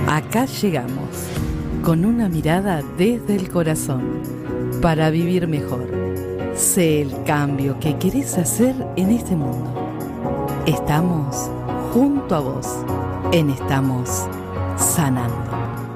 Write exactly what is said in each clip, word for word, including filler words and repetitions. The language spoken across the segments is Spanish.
Acá llegamos, con una mirada desde el corazón, para vivir mejor. Sé el cambio que querés hacer en este mundo. Estamos junto a vos, en Estamos Sanando.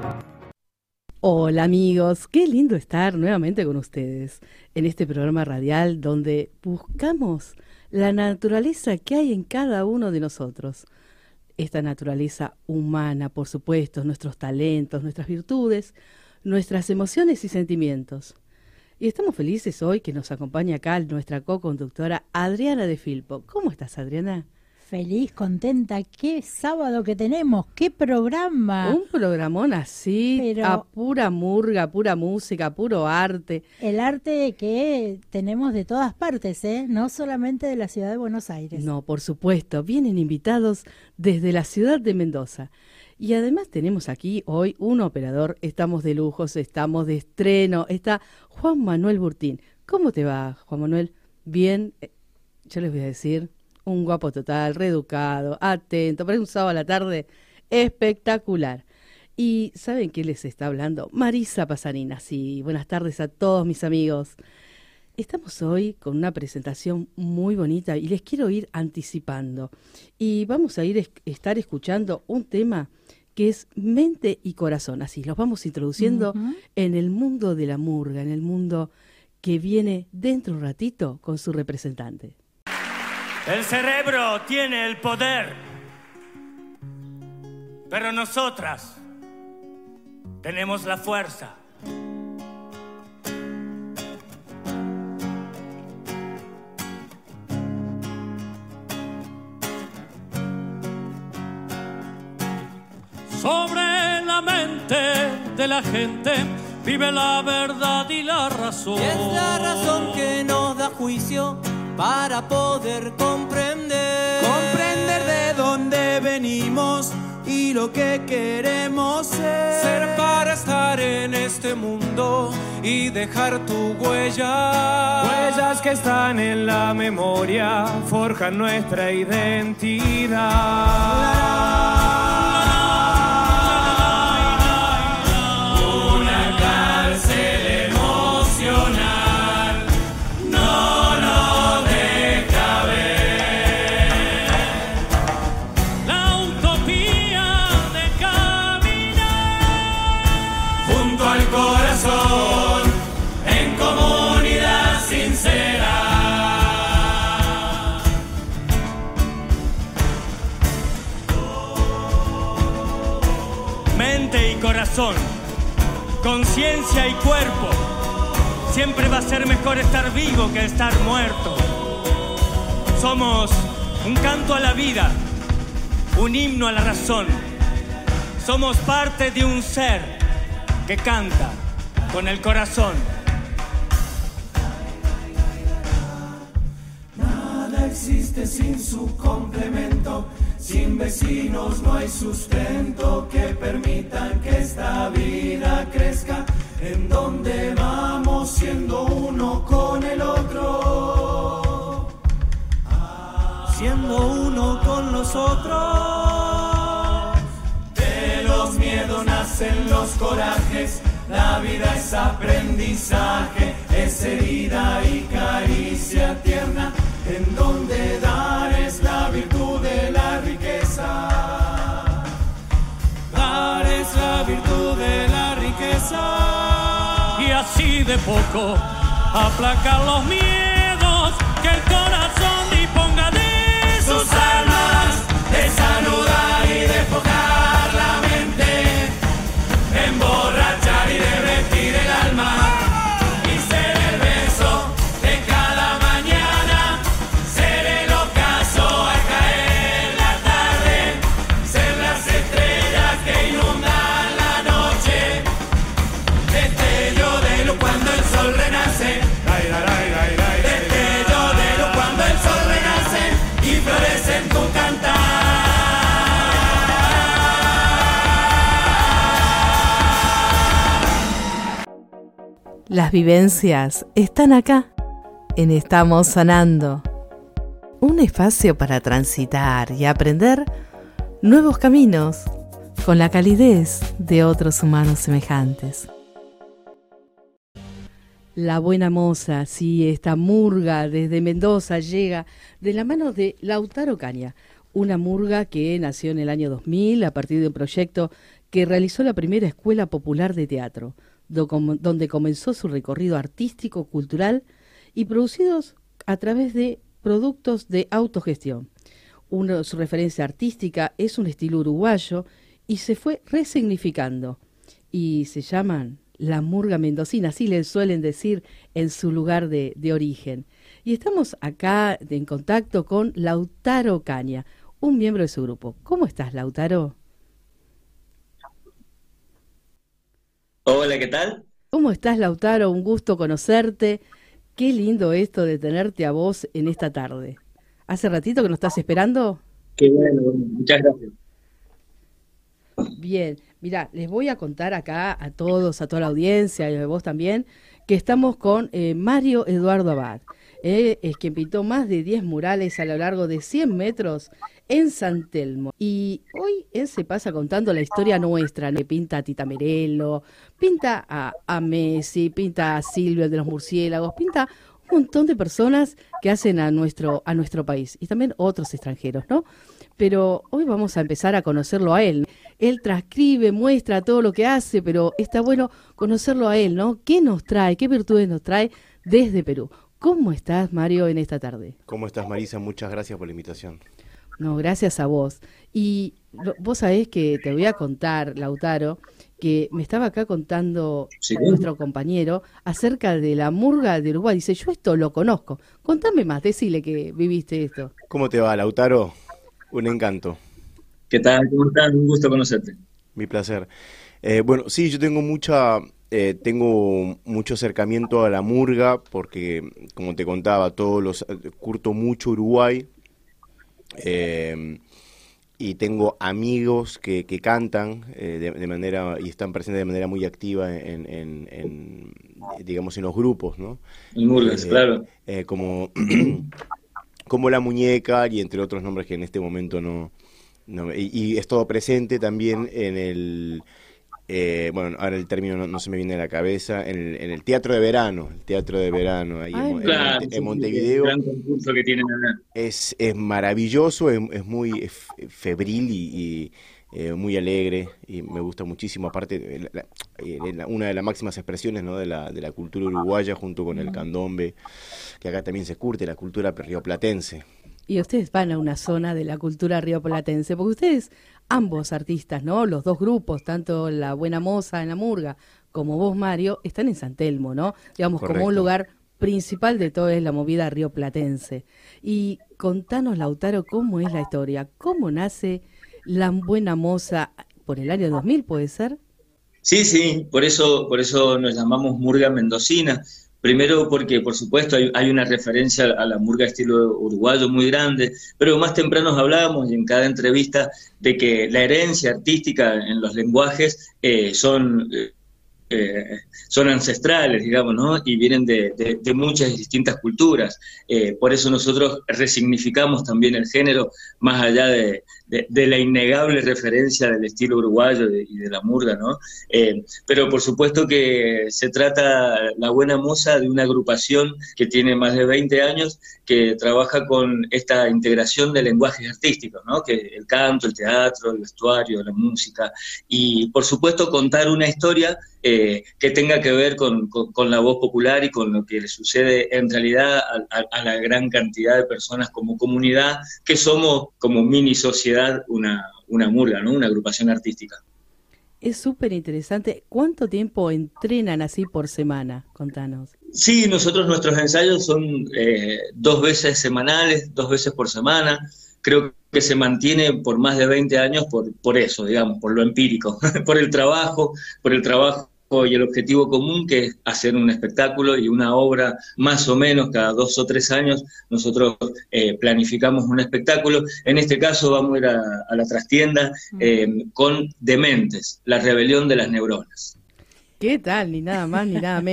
Hola amigos, qué lindo estar nuevamente con ustedes en este programa radial donde buscamos la naturaleza que hay en cada uno de nosotros. Esta naturaleza humana, por supuesto, nuestros talentos, nuestras virtudes, nuestras emociones y sentimientos. Y estamos felices hoy que nos acompaña acá nuestra co-conductora Adriana de Filpo. ¿Cómo estás, Adriana? Feliz, contenta. Qué sábado que tenemos, qué programa. Un programón así, Pero a pura murga, pura música, puro arte. El arte que tenemos de todas partes, ¿eh? No solamente de la ciudad de Buenos Aires. No, por supuesto, vienen invitados desde la ciudad de Mendoza. Y además tenemos aquí hoy un operador, estamos de lujos, estamos de estreno, está Juan Manuel Burtín. ¿Cómo te va, Juan Manuel? Bien, yo les voy a decir, un guapo total, reeducado, atento, para un sábado a la tarde, espectacular. Y ¿saben qué les está hablando? Marisa Pasarina. Sí, buenas tardes a todos mis amigos. Estamos hoy con una presentación muy bonita y les quiero ir anticipando. Y vamos a ir es- estar escuchando un tema que es mente y corazón. Así, los vamos introduciendo Uh-huh. en el mundo de la murga, en el mundo que viene dentro de un ratito con su representante. El cerebro tiene el poder, pero nosotras tenemos la fuerza. Sobre la mente de la gente vive la verdad y la razón. Y es la razón que nos da juicio para poder comprender. Comprender de dónde venimos y lo que queremos ser. Ser para estar en este mundo y dejar tu huella. Huellas que están en la memoria forjan nuestra identidad. Una cárcel emocional no nos deja ver. La utopía de caminar Junto al corazón, en comunidad sincera. Mente y corazón, conciencia y cuerpo. Siempre va a ser mejor estar vivo que estar muerto. Somos un canto a la vida, un himno a la razón. Somos parte de un ser que canta con el corazón. Nada existe sin su complemento. Sin vecinos no hay sustento que permitan que esta vida crezca. En donde vamos siendo uno con el otro. Siendo uno con los otros. De los miedos nacen los corajes. La vida es aprendizaje, es herida y caricia tierna. En donde dar es la virtud de la riqueza. Dar es la virtud de la riqueza. y así de poco aplacar los miedos que el corazón disponga de Sus almas, desanudar y despojar la mente, emborrachar y derretir el alma. Las vivencias están acá, en Estamos Sanando. Un espacio para transitar y aprender nuevos caminos, con la calidez de otros humanos semejantes. La Buena Moza, sí, esta murga desde Mendoza llega de la mano de Lautaro Caña, una murga que nació en el año dos mil a partir de un proyecto que realizó la primera escuela popular de teatro, do, com, donde comenzó su recorrido artístico, cultural y producidos a través de productos de autogestión. Uno, su referencia artística es un estilo uruguayo y se fue resignificando y se llaman la murga mendocina, así le suelen decir en su lugar de, de origen. Y estamos acá en contacto con Lautaro Caña, un miembro de su grupo. ¿Cómo estás, Lautaro? Hola, ¿qué tal? ¿Cómo estás, Lautaro? Un gusto conocerte. Qué lindo esto de tenerte a vos en esta tarde. ¿Hace ratito que nos estás esperando? Qué bueno, muchas gracias. Bien, mira, les voy a contar acá a todos, a toda la audiencia y a vos también, que estamos con eh, Mario Eduardo Abad. Él es quien pintó más de diez murales a lo largo de cien metros en San Telmo. Y hoy él se pasa contando la historia nuestra, ¿no? Pinta a Tita Merelo, pinta a, a Messi, pinta a Silvio, el de los murciélagos, pinta un montón de personas que hacen a nuestro, a nuestro país y también otros extranjeros, ¿no? Pero hoy vamos a empezar a conocerlo a él. Él transcribe, muestra todo lo que hace, pero está bueno conocerlo a él, ¿no? ¿Qué nos trae, qué virtudes nos trae desde Perú? ¿Cómo estás, Mario, en esta tarde? ¿Cómo estás, Marisa? Muchas gracias por la invitación. No, gracias a vos. Y vos sabés que te voy a contar, Lautaro, que me estaba acá contando ¿Sí? nuestro compañero acerca de la murga de Uruguay. Dice, yo esto lo conozco. Contame más, decile que viviste esto. ¿Cómo te va, Lautaro? Un encanto. ¿Qué tal? ¿Cómo estás? Un gusto conocerte. Mi placer. Eh, bueno, sí, yo tengo mucha, eh, tengo mucho acercamiento a la murga porque, como te contaba, todos los curto mucho Uruguay eh, y tengo amigos que, que cantan eh, de, de manera y están presentes de manera muy activa en, en, en digamos, en los grupos, ¿no? En murgas, eh, claro. Eh, como como La Muñeca y entre otros nombres que en este momento no, no y, y he estado presente también en el eh, bueno, ahora el término no, no se me viene a la cabeza, en el, en el Teatro de Verano, el Teatro de Verano ahí Ay, en, claro, en, sí, en Montevideo. El gran concurso que tienen acá. Es, es maravilloso, es, es muy es febril y, y eh, muy alegre y me gusta muchísimo, aparte la, la, una de las máximas expresiones, ¿no? de, la, de la cultura uruguaya junto con el candombe, que acá también se curte, la cultura rioplatense. Y ustedes van a una zona de la cultura rioplatense, porque ustedes, ambos artistas, ¿no? Los dos grupos, tanto La Buena Moza en la murga como vos, Mario, están en San Telmo, ¿no? Digamos, Correcto. Como un lugar principal de todo es la movida rioplatense. Y contanos, Lautaro, cómo es la historia, cómo nace La Buena Moza por el año dos mil, ¿puede ser? Sí, sí, por eso, por eso nos llamamos murga mendocina. Primero porque, por supuesto, hay, hay una referencia a la murga estilo uruguayo muy grande, pero más temprano hablábamos y en cada entrevista de que la herencia artística en los lenguajes eh, son... Eh, Eh, son ancestrales, digamos, ¿no? Y vienen de, de, de muchas distintas culturas. Eh, por eso nosotros resignificamos también el género, más allá de, de, de la innegable referencia del estilo uruguayo de, y de la murga, ¿no? Eh, pero por supuesto que se trata, La Buena Moza, de una agrupación que tiene más de veinte años, que trabaja con esta integración de lenguajes artísticos, ¿no? Que el canto, el teatro, el vestuario, la música, y por supuesto contar una historia Eh, que tenga que ver con, con, con la voz popular y con lo que le sucede en realidad a, a, a la gran cantidad de personas como comunidad, que somos como mini sociedad una, una murga, ¿no? Una agrupación artística. Es súper interesante. ¿Cuánto tiempo entrenan así por semana? Contanos. Sí, nosotros nuestros ensayos son eh, dos veces semanales, dos veces por semana. Creo que se mantiene por más de veinte años por, por eso, digamos, por lo empírico, por el trabajo, por el trabajo y el objetivo común, que es hacer un espectáculo y una obra más o menos cada dos o tres años. Nosotros eh, planificamos un espectáculo. En este caso vamos a ir a, a la trastienda eh, con Dementes, la rebelión de las neuronas. ¿Qué tal? Ni nada más ni nada menos.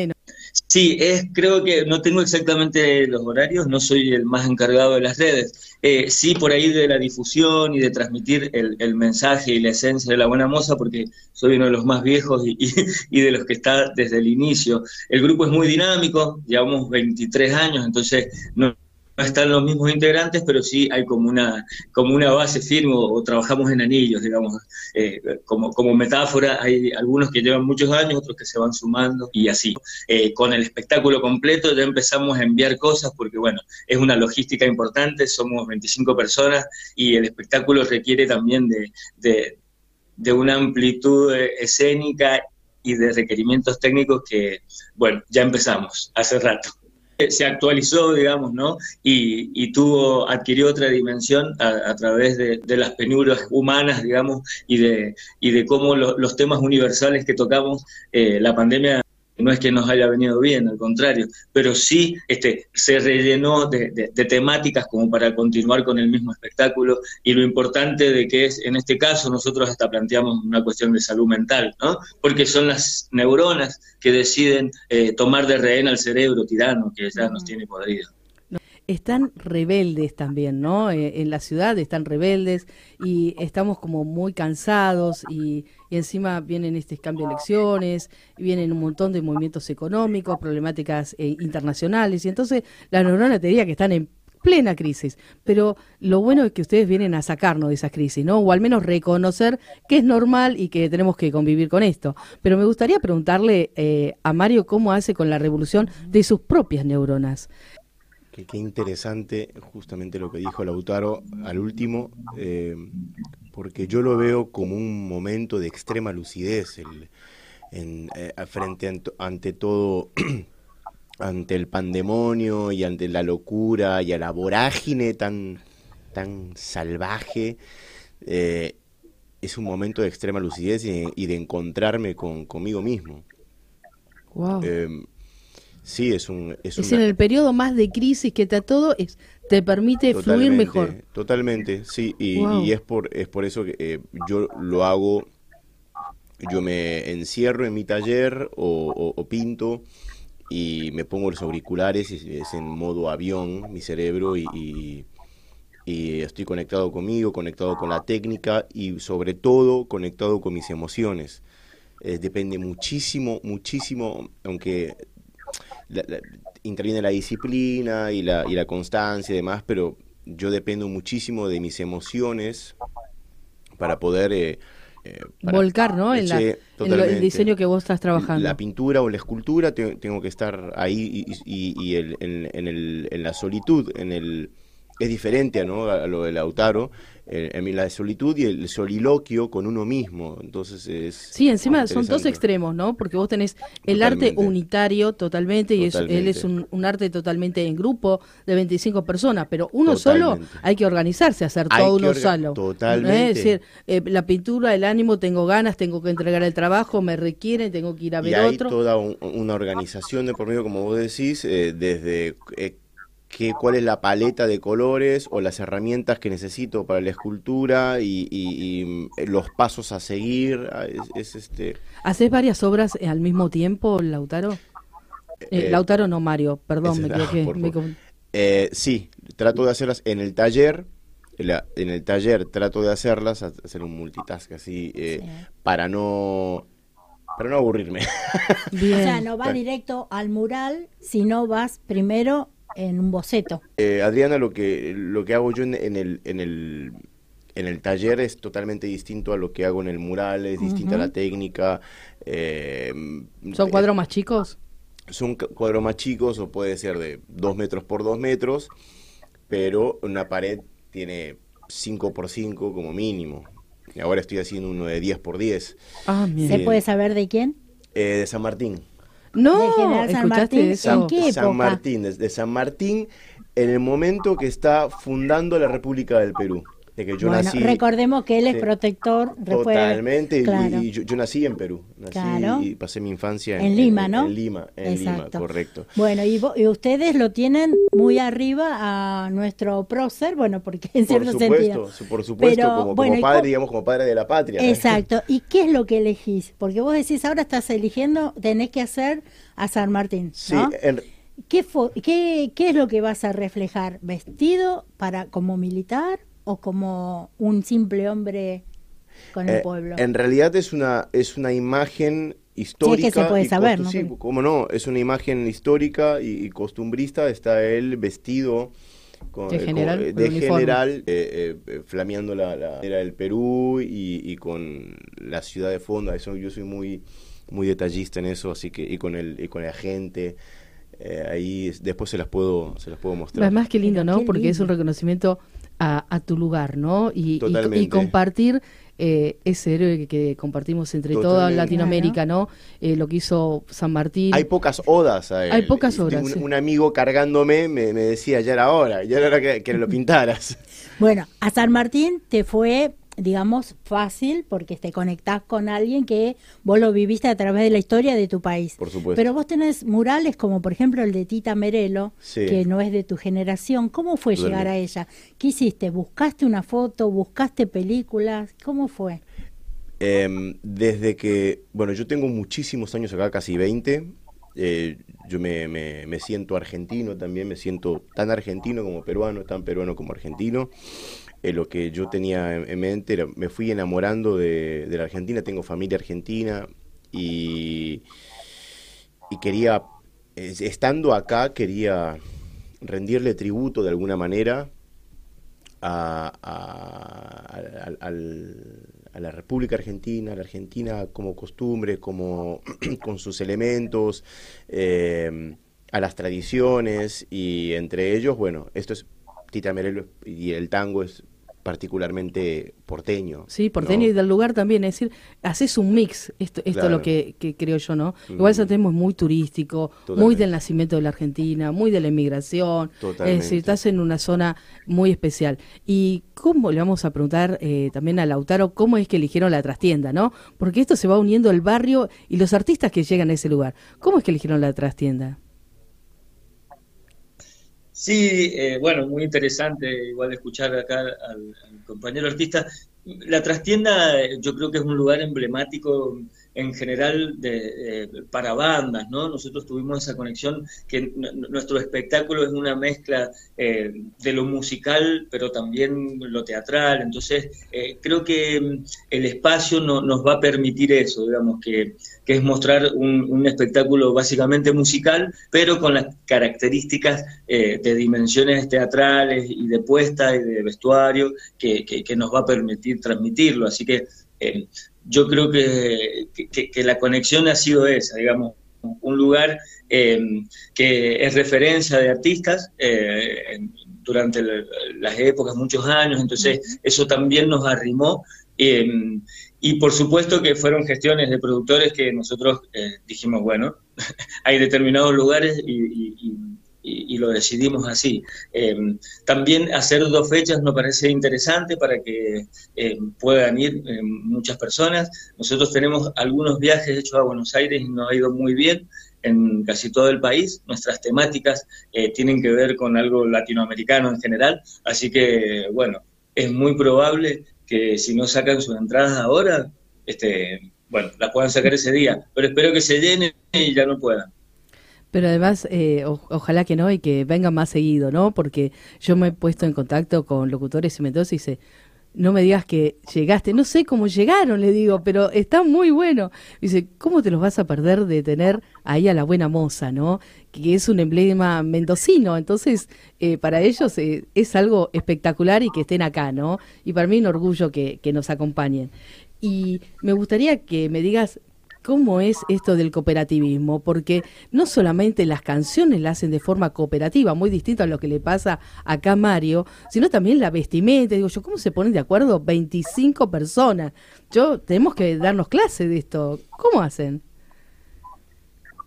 Sí, es, creo que no tengo exactamente los horarios, no soy el más encargado de las redes. Eh, sí, por ahí de la difusión y de transmitir el, el mensaje y la esencia de La Buena Moza, porque soy uno de los más viejos y, y, y de los que está desde el inicio. El grupo es muy dinámico, llevamos veintitrés años, entonces no no están los mismos integrantes, pero sí hay como una, como una base firme, o, o trabajamos en anillos, digamos, eh, como, como metáfora. Hay algunos que llevan muchos años, otros que se van sumando, y así. Eh, con el espectáculo completo ya empezamos a enviar cosas, porque bueno, es una logística importante, somos veinticinco personas, y el espectáculo requiere también de, de, de una amplitud escénica y de requerimientos técnicos que, bueno, ya empezamos hace rato. Se actualizó, digamos, ¿no? Y, y tuvo, adquirió otra dimensión a, a través de, de las penuras humanas, digamos, y de, y de cómo lo, los temas universales que tocamos, eh, la pandemia no es que nos haya venido bien, al contrario, pero sí este, se rellenó de, de, de temáticas como para continuar con el mismo espectáculo, y lo importante de que es, en este caso, nosotros hasta planteamos una cuestión de salud mental, ¿no? Porque son las neuronas que deciden eh, tomar de rehén al cerebro tirano, que ya nos tiene podrido. Están rebeldes también, ¿no? Eh, en la ciudad están rebeldes y estamos como muy cansados, y, y encima vienen este cambio de elecciones, vienen un montón de movimientos económicos, problemáticas eh, internacionales, y entonces la neurona te diría que están en plena crisis, pero lo bueno es que ustedes vienen a sacarnos de esa crisis, ¿no? O al menos reconocer que es normal y que tenemos que convivir con esto. Pero me gustaría preguntarle eh, a Mario cómo hace con la revolución de sus propias neuronas. Qué, qué interesante justamente lo que dijo Lautaro al último, eh, porque yo lo veo como un momento de extrema lucidez el, en, eh, frente ante, ante todo, ante el pandemonio y ante la locura y a la vorágine tan, tan salvaje. Eh, es un momento de extrema lucidez y, y de encontrarme con, conmigo mismo. Wow. Eh, Sí, es un... Es, es una... en el periodo más de crisis que te todo es, te permite totalmente, fluir mejor. Totalmente, sí, y, Wow. y es por es por eso que eh, yo lo hago, yo me encierro en mi taller o, o, o pinto y me pongo los auriculares y es en modo avión mi cerebro y, y, y estoy conectado conmigo, conectado con la técnica y sobre todo conectado con mis emociones. Eh, depende muchísimo, muchísimo, aunque... La, la, interviene la disciplina y la, y la constancia y demás, pero yo dependo muchísimo de mis emociones para poder... Eh, eh, para volcar, ¿no? En, la, en lo, el diseño que vos estás trabajando. La pintura o la escultura, te, tengo que estar ahí y, y, y el, en, en, el, en la solitud, en el... Es diferente, ¿no?, a lo de Lautaro, eh, en la solitud y el soliloquio con uno mismo, entonces es... Sí, encima son dos extremos, ¿no? Porque vos tenés el totalmente. Arte unitario totalmente, y totalmente. Es, él es un, un arte totalmente en grupo de veinticinco personas, pero uno totalmente. Solo hay que organizarse, hacer hay todo uno solo. Totalmente. ¿Eh? Es decir, eh, la pintura, el ánimo, tengo ganas, tengo que entregar el trabajo, me requieren, tengo que ir a ver y hay otro. Toda un, una organización de por medio, como vos decís, eh, desde... Eh, Que, cuál es la paleta de colores o las herramientas que necesito para la escultura y, y, y los pasos a seguir. Es, es este. ¿Haces varias obras al mismo tiempo, Lautaro? Eh, eh, Lautaro no, Mario, perdón, me equivoqué. Me... Eh, sí, trato de hacerlas en el taller. La, en el taller trato de hacerlas, hacer un multitask así, eh, sí. para no... para no aburrirme. Bien. O sea, no vas directo al mural, sino vas primero... en un boceto. Eh, Adriana, lo que lo que hago yo en, en el en el en el taller es totalmente distinto a lo que hago en el mural, es distinta uh-huh. la técnica. Eh, ¿Son cuadros eh, más chicos? Son cuadros más chicos, o puede ser de dos metros por dos metros, pero una pared tiene cinco por cinco como mínimo. Y ahora estoy haciendo uno de diez por diez. Ah, ¿Se puede saber de quién? Eh, de San Martín. No, de General San Martín, eso? ¿En qué época? San Martín, desde San Martín, en el momento que está fundando la República del Perú. de que yo bueno, nací. Recordemos que él es sí, protector. Totalmente, claro. y, y yo, yo nací en Perú, nací claro. y pasé mi infancia en, en Lima, en, ¿no? En Lima, en Exacto. Lima, correcto. Bueno, y, vos, y ustedes lo tienen muy arriba a nuestro prócer, bueno, porque en por cierto supuesto, sentido. Por supuesto, Pero, como, bueno, como padre, cómo... digamos, como padre de la patria. Exacto, ¿y qué es lo que elegís? Porque vos decís, ahora estás eligiendo, tenés que hacer a San Martín, ¿no? Sí, en... ¿Qué, qué, ¿Qué es lo que vas a reflejar? ¿Vestido para como militar o como un simple hombre con el eh, pueblo? En realidad es una, es una imagen histórica. Sí, es que se puede y saber, costu- ¿no? Sí, cómo no, es una imagen histórica y, y costumbrista. Está él vestido con, de eh, general, con, eh, de general eh, eh, eh, flameando la, la bandera del Perú y, y con la ciudad de fondo. Eso, yo soy muy, muy detallista en eso, así que y con el, y con la gente. Eh, ahí después se las puedo se las puedo mostrar. Además, qué lindo, ¿no? Qué Porque lindo. es un reconocimiento a, a tu lugar, ¿no? Y, y, y compartir eh, ese héroe que, que compartimos entre Totalmente. toda Latinoamérica, ¿no? Eh, lo que hizo San Martín. Hay pocas odas a él. Hay pocas odas. Un, Sí. un amigo cargándome me, me decía, ya era hora, ya era hora que, que lo pintaras. Bueno, a San Martín te fue, digamos, fácil porque te conectás con alguien que vos lo viviste a través de la historia de tu país. Por supuesto. Pero vos tenés murales como por ejemplo el de Tita Merelo, sí. que no es de tu generación. ¿Cómo fue Totalmente. llegar a ella? ¿Qué hiciste? ¿Buscaste una foto? ¿Buscaste películas? ¿Cómo fue? Eh, desde que, bueno, yo tengo muchísimos años acá, casi veinte. Eh, yo me, me, me siento argentino también, me siento tan argentino como peruano, tan peruano como argentino. Eh, lo que yo tenía en, en mente era, me fui enamorando de, de la Argentina, tengo familia argentina y, y quería, eh, estando acá, quería rendirle tributo de alguna manera a, a, a, a, a la República Argentina, a la Argentina como costumbre, como con sus elementos, eh, a las tradiciones, y entre ellos, bueno, esto es Tita Merelo y el tango es particularmente porteño. Sí, porteño, ¿no? Y del lugar también, es decir, haces un mix, esto esto Claro. es lo que, que creo yo, ¿no? Mm. Igual San Telmo es muy turístico, Totalmente. muy del nacimiento de la Argentina, muy de la inmigración, Totalmente. es decir, estás en una zona muy especial. Y cómo le vamos a preguntar eh, también a Lautaro cómo es que eligieron la trastienda, ¿no? Porque esto se va uniendo el barrio y los artistas que llegan a ese lugar. ¿Cómo es que eligieron la trastienda? Sí, eh, bueno, muy interesante igual escuchar acá al, al compañero artista. La trastienda eh, yo creo que es un lugar emblemático en general de, eh, para bandas, ¿no? Nosotros tuvimos esa conexión, que n- nuestro espectáculo es una mezcla eh, de lo musical, pero también lo teatral, entonces eh, creo que el espacio no, nos va a permitir eso, digamos, que, que es mostrar un, un espectáculo básicamente musical, pero con las características eh, de dimensiones teatrales y de puesta y de vestuario que, que, que nos va a permitir transmitirlo, así que eh, yo creo que, que, que la conexión ha sido esa, digamos, un lugar eh, que es referencia de artistas eh, durante la, las épocas, muchos años, entonces eso también nos arrimó eh, y por supuesto que fueron gestiones de productores que nosotros eh, dijimos, bueno, hay determinados lugares y, y, y Y, y lo decidimos así. Eh, también hacer dos fechas nos parece interesante para que eh, puedan ir eh, muchas personas. Nosotros tenemos algunos viajes hechos a Buenos Aires y nos ha ido muy bien en casi todo el país. Nuestras temáticas eh, tienen que ver con algo latinoamericano en general, así que, bueno, es muy probable que si no sacan sus entradas ahora, este, bueno, las puedan sacar ese día, pero espero que se llenen y ya no puedan. Pero además, eh, o, ojalá que no, y que vengan más seguido, ¿no? Porque yo me he puesto en contacto con locutores en Mendoza y dice, no me digas que llegaste, no sé cómo llegaron, le digo, pero está muy bueno. Dice, ¿cómo te los vas a perder de tener ahí a la buena moza, ¿no? Que es un emblema mendocino, entonces eh, para ellos eh, es algo espectacular y que estén acá, ¿no? Y para mí un orgullo que, que nos acompañen. Y me gustaría que me digas, ¿cómo es esto del cooperativismo? Porque no solamente las canciones las hacen de forma cooperativa, muy distinto a lo que le pasa acá a Mario, sino también la vestimenta. Digo yo, ¿cómo se ponen de acuerdo veinticinco personas? Yo, tenemos que darnos clase de esto. ¿Cómo hacen?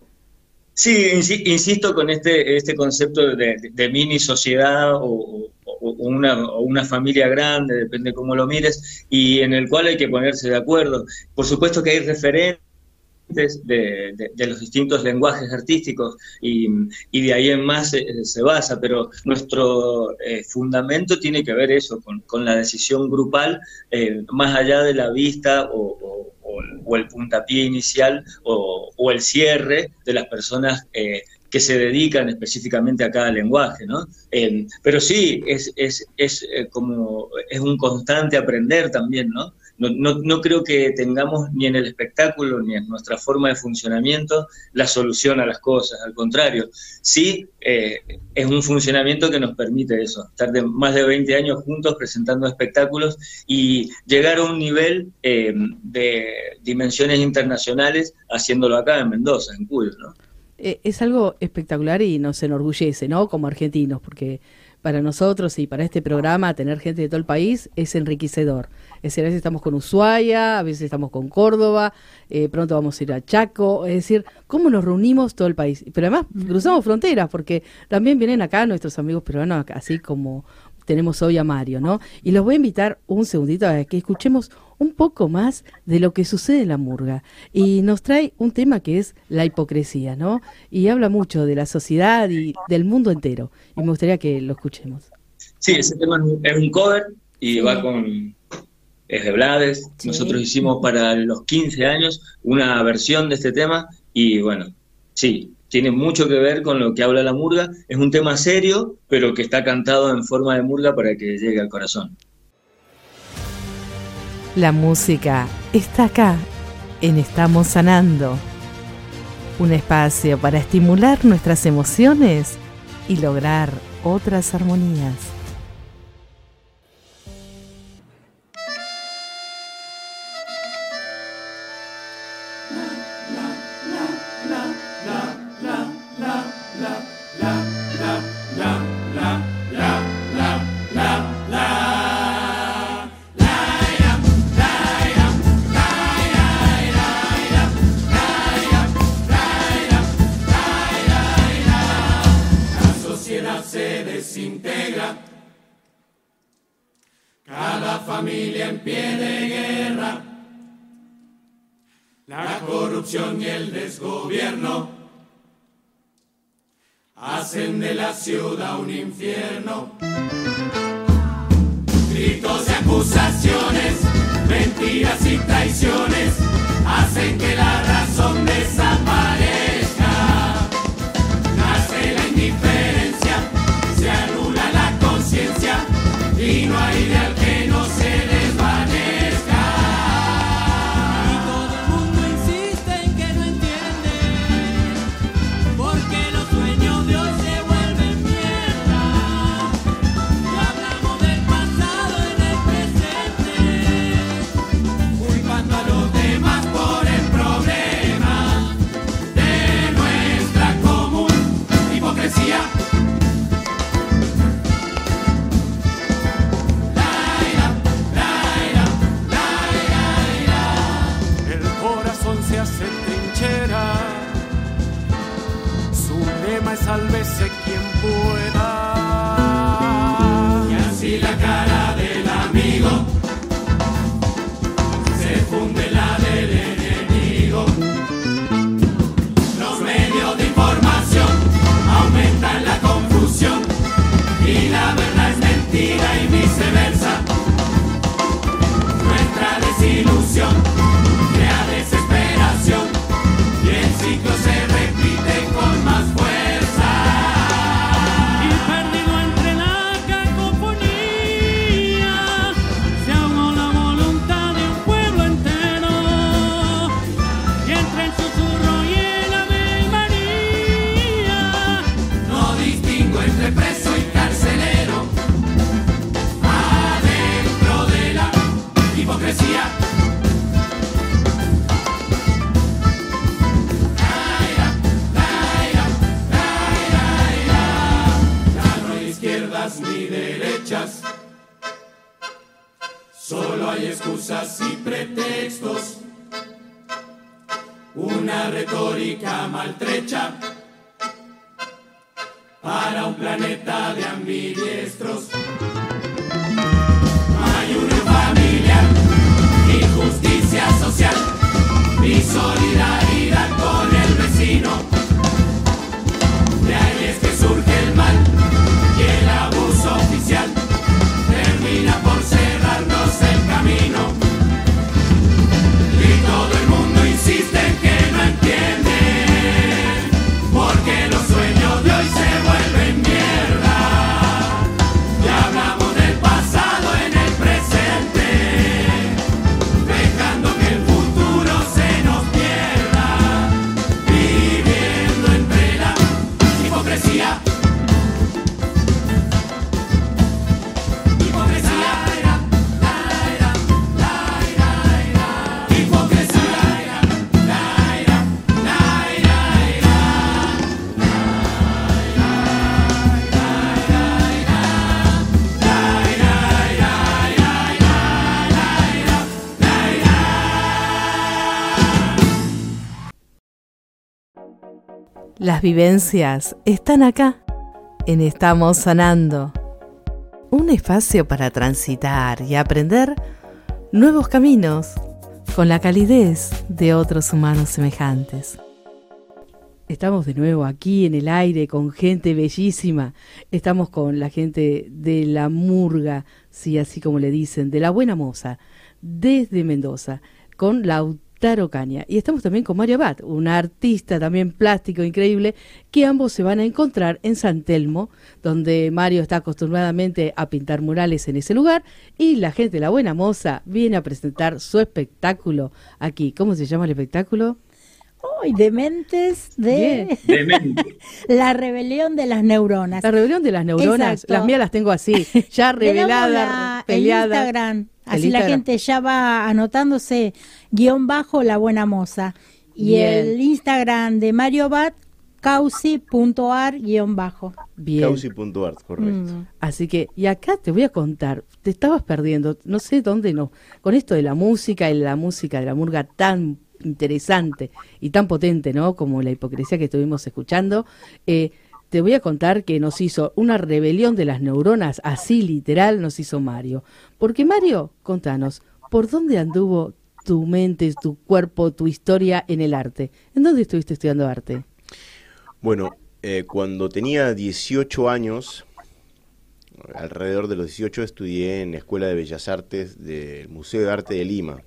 Sí, insisto con este, este concepto de, de, de mini sociedad o, o, o una, o una familia grande, depende cómo lo mires, y en el cual hay que ponerse de acuerdo. Por supuesto que hay referentes De, de, de los distintos lenguajes artísticos y, y de ahí en más se, se basa, pero nuestro eh, fundamento tiene que ver eso, con, con la decisión grupal, eh, más allá de la vista o, o, o, o el puntapié inicial o, o el cierre de las personas eh, que se dedican específicamente a cada lenguaje, ¿no? Eh, pero sí, es, es, es, eh, como, es un constante aprender también, ¿no? No, no, no creo que tengamos ni en el espectáculo ni en nuestra forma de funcionamiento la solución a las cosas, al contrario. Sí, eh, es un funcionamiento que nos permite eso, estar de más de veinte años juntos presentando espectáculos y llegar a un nivel eh, de dimensiones internacionales haciéndolo acá en Mendoza, en Cuyo, ¿no? Eh, es algo espectacular y nos enorgullece, ¿no? Como argentinos, porque para nosotros y para este programa tener gente de todo el país es enriquecedor. Es decir, a veces estamos con Ushuaia, a veces estamos con Córdoba, eh, pronto vamos a ir a Chaco, es decir, cómo nos reunimos todo el país. Pero además cruzamos fronteras, porque también vienen acá nuestros amigos peruanos, así como tenemos hoy a Mario, ¿no? Y los voy a invitar un segundito a que escuchemos un poco más de lo que sucede en la murga. Y nos trae un tema que es la hipocresía, ¿no? Y habla mucho de la sociedad y del mundo entero. Y me gustaría que lo escuchemos. Sí, ese tema es un cover y sí. va con... es de Blades. Sí. Nosotros hicimos para los quince años una versión de este tema y bueno, sí, tiene mucho que ver con lo que habla la murga. Es un tema serio, pero que está cantado en forma de murga para que llegue al corazón. La música está acá, en Estamos Sanando. Un espacio para estimular nuestras emociones y lograr otras armonías. Cada familia en pie de guerra, la corrupción y el desgobierno hacen de la ciudad un infierno. Gritos de acusaciones, mentiras y traiciones hacen que la razón desaparezca. Nace la indiferencia, se anula la conciencia y no hay ideal que no se desvanezca. Y todo el mundo insiste en que no entiende, porque los sueños de hoy se vuelven mierda. Y hablamos del pasado en el presente, culpando a los demás por el problema de nuestra común hipocresía. Se trinchera, su lema es sálvese quien pueda. Y así la cara del amigo se funde la del enemigo. Los medios de información aumentan la confusión y la verdad es mentira y viceversa. Nuestra desilusión crea desesperación y el ciclo se repite con más fuerza. Y perdido entre la cacofonía se ahogó la voluntad de un pueblo entero. Y entre el susurro y el Ave María no distingo entre preso y carcelero. Adentro de la hipocresía ni derechas, solo hay excusas y pretextos, una retórica maltrecha para para un planeta de ambidiestros. No hay unión familiar, ni justicia social, ni solidaridad con el vecino. De ahí es que surge el mal y el abuso oficial termina por cerrarnos el camino. Y todo el mundo insiste en que no entienden, porque los sueños de hoy se vuelven mierda. Ya hablamos del pasado en el presente, dejando que el futuro se nos pierda, viviendo entre la hipocresía. Las vivencias están acá, en Estamos Sanando. Un espacio para transitar y aprender nuevos caminos con la calidez de otros humanos semejantes. Estamos de nuevo aquí en el aire con gente bellísima. Estamos con la gente de la murga, sí, así como le dicen, de la buena moza, desde Mendoza, con Lautaro Caña. Y estamos también con Mario Abad, un artista también plástico increíble, que ambos se van a encontrar en San Telmo, donde Mario está acostumbradamente a pintar murales en ese lugar, y la gente de la buena moza viene a presentar su espectáculo aquí. ¿Cómo se llama el espectáculo? Uy, Dementes de... Demente. La rebelión de las neuronas. La rebelión de las neuronas. Exacto. Las mías las tengo así, ya Le damos reveladas, la- el peleadas. Instagram. Así El la Instagram. gente ya va anotándose guión bajo la buena moza. Y Bien. el Instagram de Mario Bat, causi.ar guión bajo. Bien. Causi.art, correcto. Mm. Así que, y acá te voy a contar, te estabas perdiendo, no sé dónde no, con esto de la música y la música de la murga tan interesante y tan potente, ¿no? Como la hipocresía que estuvimos escuchando, eh, te voy a contar que nos hizo una rebelión de las neuronas, así literal nos hizo Mario. Porque Mario, contanos, ¿por dónde anduvo tu mente, tu cuerpo, tu historia en el arte? ¿En dónde estuviste estudiando arte? Bueno, eh, cuando tenía dieciocho años, alrededor de los dieciocho, estudié en la Escuela de Bellas Artes del Museo de Arte de Lima.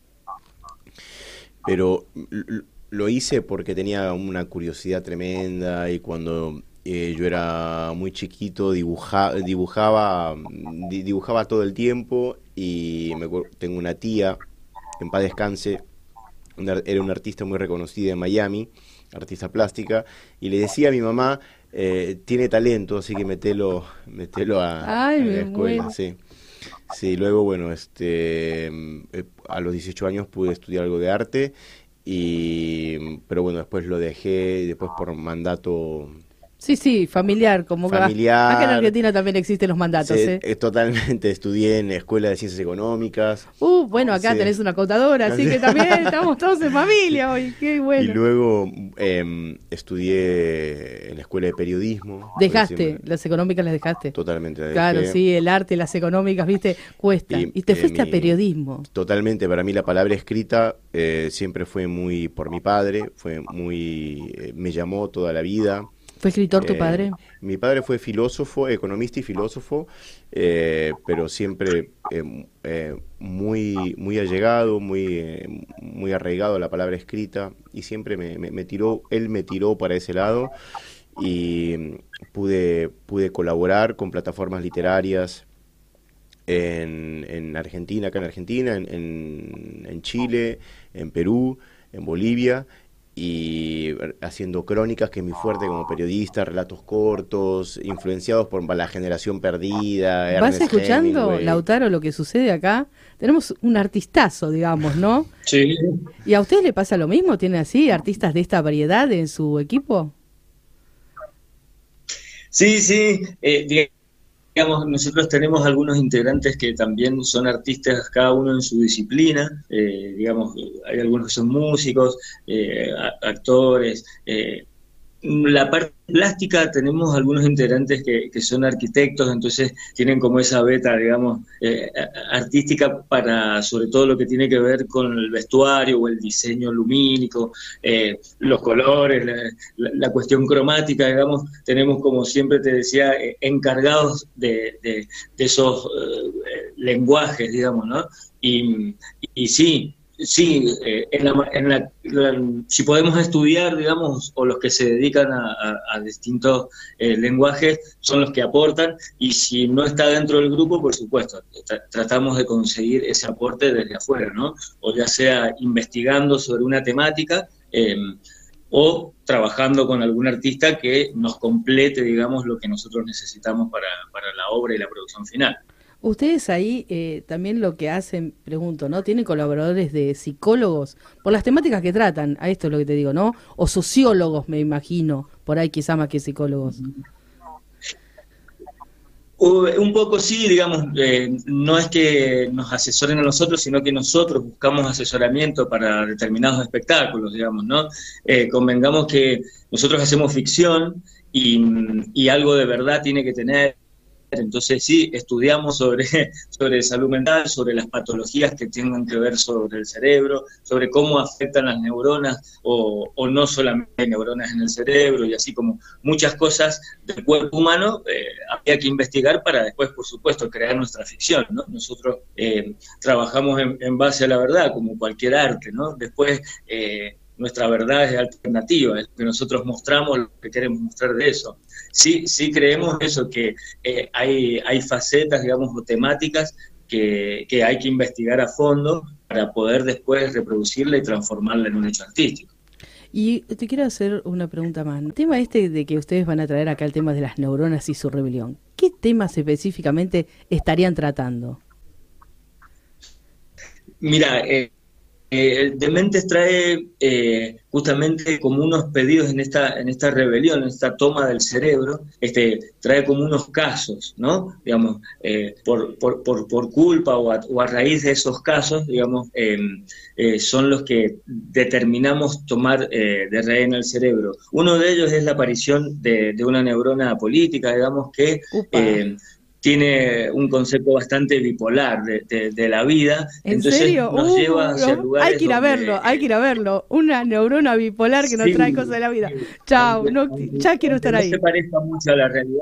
Pero l- lo hice porque tenía una curiosidad tremenda y cuando eh, yo era muy chiquito dibuja, dibujaba, di- dibujaba todo el tiempo y me acuer- tengo una tía, en paz descanse, una- era una artista muy reconocida en Miami, artista plástica, y le decía a mi mamá, eh, tiene talento, así que metelo, metelo a, Ay, a me la escuela. muero. Sí. Sí, luego, bueno, este, eh, a los dieciocho años pude estudiar algo de arte, y, pero bueno, después lo dejé, y después por mandato Sí, sí, familiar, como que- Familiar. acá en Argentina también existen los mandatos, sí, ¿eh? eh, totalmente, estudié en la Escuela de Ciencias Económicas. Uh, bueno, acá Sí. tenés una contadora, así Sí. que también estamos todos en familia hoy, qué Y bueno. luego eh, estudié en la Escuela de Periodismo. Dejaste, Siempre- las económicas las dejaste. Totalmente la Claro, dejé. sí, el arte, las económicas, viste, cuesta. Y, Y, te eh, fuiste a mi- periodismo. Totalmente, para mí la palabra escrita eh, siempre fue muy por mi padre, fue muy, eh, me llamó toda la vida. ¿Fue escritor tu Eh, padre? Mi padre fue filósofo, economista y filósofo, eh, pero siempre eh, eh, muy, muy allegado, muy, eh, muy arraigado a la palabra escrita, y siempre me, me- me tiró, él me tiró para ese lado, y mm, pude, pude colaborar con plataformas literarias en, en Argentina, acá en Argentina, en, en, en Chile, en Perú, en Bolivia, y haciendo crónicas, que es mi fuerte como periodista, relatos cortos, influenciados por la generación perdida. ¿Vas Ernest escuchando, Hemingway. Lautaro, lo que sucede acá? Tenemos un artistazo, digamos, ¿no? Sí, ¿Y a ustedes le pasa lo mismo? ¿Tienen así artistas de esta variedad en su equipo? sí, sí. eh, digamos, nosotros tenemos algunos integrantes que también son artistas, cada uno en su disciplina. eh, digamos, hay algunos que son músicos, eh, a- actores, eh, la parte plástica tenemos algunos integrantes que, que son arquitectos, entonces tienen como esa beta, digamos, eh, artística para sobre todo lo que tiene que ver con el vestuario o el diseño lumínico, eh, los colores, la, la, la cuestión cromática, digamos, tenemos como siempre te decía, eh, encargados de, de, de esos eh, lenguajes, digamos, ¿no? Y, y sí, Sí, eh, en la, en la, la, si podemos estudiar, digamos, o los que se dedican a, a, a distintos eh, lenguajes son los que aportan, y si no está dentro del grupo, por supuesto, tra tratamos de conseguir ese aporte desde afuera, ¿no? O ya sea investigando sobre una temática, eh, o trabajando con algún artista que nos complete, digamos, lo que nosotros necesitamos para, para la obra y la producción final. Ustedes ahí eh, también lo que hacen, pregunto, ¿no? ¿Tienen colaboradores de psicólogos? Por las temáticas que tratan, a esto es lo que te digo, ¿no? O sociólogos, me imagino, por ahí quizá más que psicólogos. Un poco sí, digamos, eh, no es que nos asesoren a nosotros, sino que nosotros buscamos asesoramiento para determinados espectáculos, digamos, ¿no? Eh, convengamos que nosotros hacemos ficción y, y algo de verdad tiene que tener. Entonces sí, estudiamos sobre, sobre salud mental, sobre las patologías que tengan que ver sobre el cerebro, sobre cómo afectan las neuronas o, o no solamente neuronas en el cerebro, y así como muchas cosas del cuerpo humano eh, había que investigar para después, por supuesto, crear nuestra ficción, ¿no? Nosotros eh, trabajamos en, en base a la verdad, como cualquier arte, ¿no? Después eh, nuestra verdad es alternativa, es que nosotros mostramos lo que queremos mostrar de eso. Sí, sí creemos eso, que eh, hay, hay facetas, digamos, o temáticas que, que hay que investigar a fondo para poder después reproducirla y transformarla en un hecho artístico. Y te quiero hacer una pregunta más. El tema este de que ustedes van a traer acá el tema de las neuronas y su rebelión, ¿qué temas específicamente estarían tratando? Mira, eh, Eh, Dementes trae eh, justamente como unos pedidos en esta en esta rebelión, en esta toma del cerebro, este trae como unos casos, ¿no? Digamos, eh, por, por, por, por culpa o a, o a raíz de esos casos, digamos, eh, eh, son los que determinamos tomar eh, de rehén el cerebro. Uno de ellos es la aparición de, de una neurona política, digamos, que eh, tiene un concepto bastante bipolar de, de, de la vida. ¿En Entonces serio? nos uh, lleva hacia no. lugares Hay que ir a verlo, donde, hay que ir a verlo. Una neurona bipolar que nos sí, trae cosas de la vida. Sí. Chao, Aunque, no, aunque, ya quiero estar no ahí. No se parezca mucho a la realidad.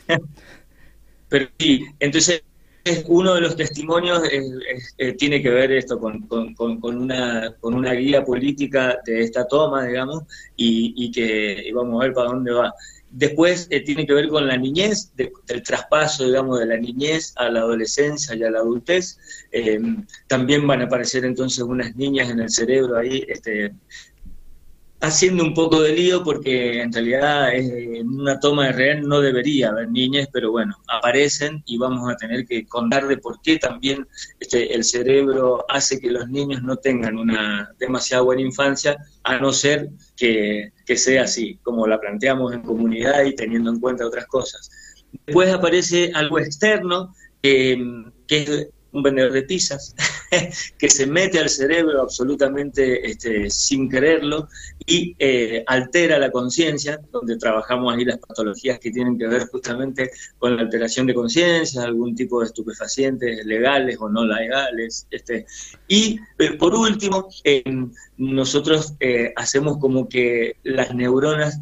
Pero sí, entonces uno de los testimonios es, es, eh, tiene que ver esto con, con, con, con, una, con una guía política de esta toma, digamos, y, y que y vamos a ver para dónde va. Después eh, tiene que ver con la niñez, de, del traspaso, digamos, de la niñez a la adolescencia y a la adultez. Eh, también van a aparecer entonces unas niñas en el cerebro ahí, este, haciendo un poco de lío, porque en realidad eh, en una toma de rehén no debería haber niñas, pero bueno, aparecen y vamos a tener que contar de por qué también este, el cerebro hace que los niños no tengan una demasiado buena infancia, a no ser que, que sea así, como la planteamos en comunidad y teniendo en cuenta otras cosas. Después aparece algo externo, eh, que es un vendedor de pizzas, que se mete al cerebro absolutamente este, sin quererlo y eh, altera la conciencia, donde trabajamos ahí las patologías que tienen que ver justamente con la alteración de conciencia, algún tipo de estupefacientes legales o no legales. Este. Y eh, por último, eh, nosotros eh, hacemos como que las neuronas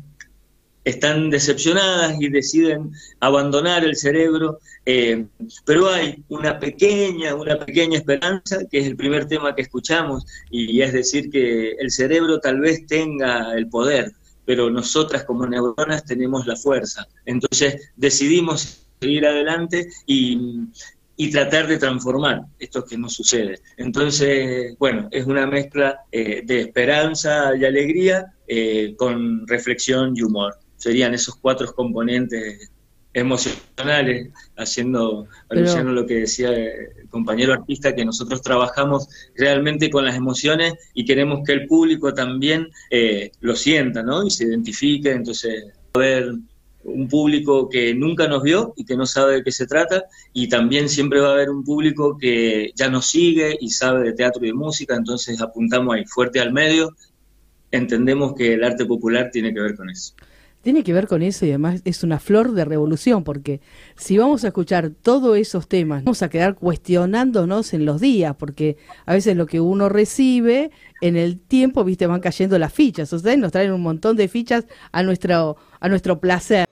están decepcionadas y deciden abandonar el cerebro, eh, pero hay una pequeña, una pequeña esperanza, que es el primer tema que escuchamos, y es decir que el cerebro tal vez tenga el poder, pero nosotras como neuronas tenemos la fuerza. Entonces decidimos seguir adelante y, y tratar de transformar esto que no sucede. Entonces, bueno, es una mezcla eh, de esperanza y alegría eh, con reflexión y humor. Serían esos cuatro componentes emocionales, haciendo alusión a lo que decía el compañero artista, que nosotros trabajamos realmente con las emociones y queremos que el público también eh, lo sienta, ¿no? Y se identifique. Entonces va a haber un público que nunca nos vio y que no sabe de qué se trata, y también siempre va a haber un público que ya nos sigue y sabe de teatro y de música. Entonces apuntamos ahí fuerte al medio, entendemos que el arte popular tiene que ver con eso. tiene que ver con eso y además es una flor de revolución, porque si vamos a escuchar todos esos temas, vamos a quedar cuestionándonos en los días, porque a veces lo que uno recibe en el tiempo, viste, van cayendo las fichas. Ustedes nos traen un montón de fichas a nuestro, a nuestro placer.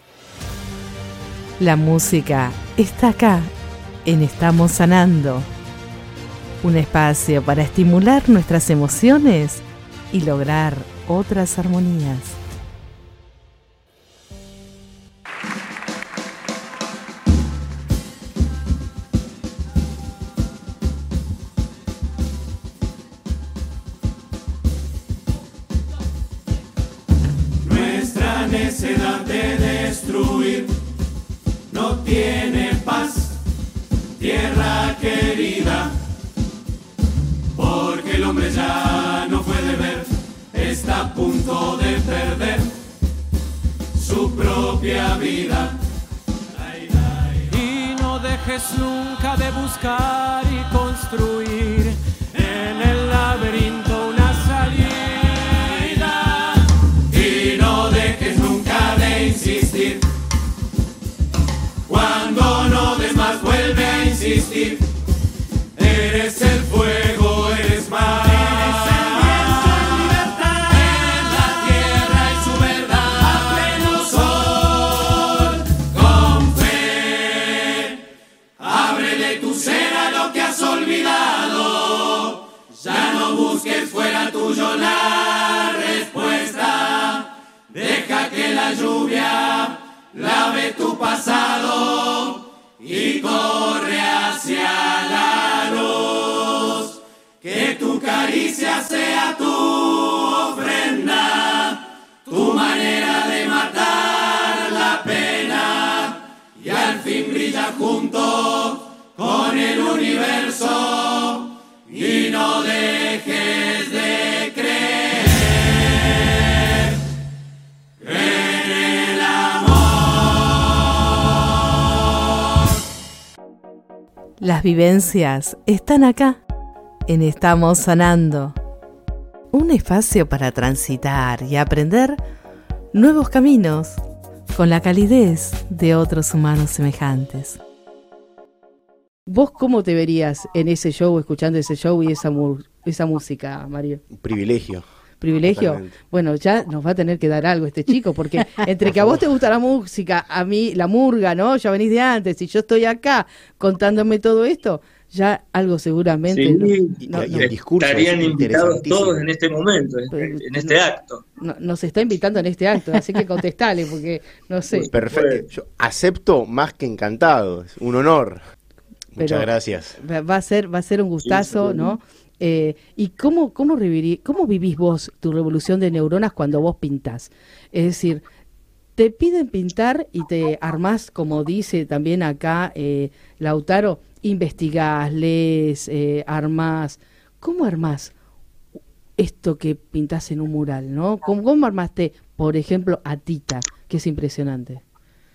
La música está acá, en Estamos Sanando. Un espacio para estimular nuestras emociones y lograr otras armonías. Nuestra necedad de destruir no tiene paz, tierra querida, porque el hombre ya no puede ver, está a punto de perder su propia vida. Y no dejes nunca de buscar y construir en el laberinto una salida. Y no dejes nunca de insistir, cuando no des más vuelve a insistir. Eres el fuego, eres mar. Eres el viento en libertad. Es la tierra y su verdad. A pleno sol, con fe. Ábrele tu ser a lo que has olvidado. Ya no busques fuera tuyo la respuesta. Deja que la lluvia lave tu pasado y corre hacia la luz. Que tu caricia sea tu ofrenda, tu manera de matar la pena, y al fin brilla junto con el universo y no dejes de creer en el amor. Las vivencias están acá, en Estamos Sanando. Un espacio para transitar y aprender nuevos caminos con la calidez de otros humanos semejantes. ¿Vos cómo te verías en ese show, escuchando ese show y esa, mu- esa música, Mario? Un privilegio. ¿Privilegio? Totalmente. Bueno, ya nos va a tener que dar algo este chico, porque entre que a vos te gusta la música, a mí la murga, ¿no? Ya venís de antes, y yo estoy acá contándome todo esto, ya algo seguramente... Sí, no- y- no- y no- el discurso estarían es invitados interesantísimo. todos en este momento, en, Pero- en este acto. no- nos está invitando en este acto, así que contestale, porque no sé. Perfecto. Yo acepto más que encantado. Es un honor. Muchas Pero- gracias. Va va a ser, va a ser un gustazo, Sí, sí. ¿no? Eh, ¿Y cómo, cómo, reviví- cómo vivís vos tu revolución de neuronas cuando vos pintás? Es decir, te piden pintar y te armás, como dice también acá eh, Lautaro, investigás, lees, eh, armás. ¿Cómo armás esto que pintás en un mural, no? ¿Cómo, cómo armaste, por ejemplo, a Tita, que es impresionante?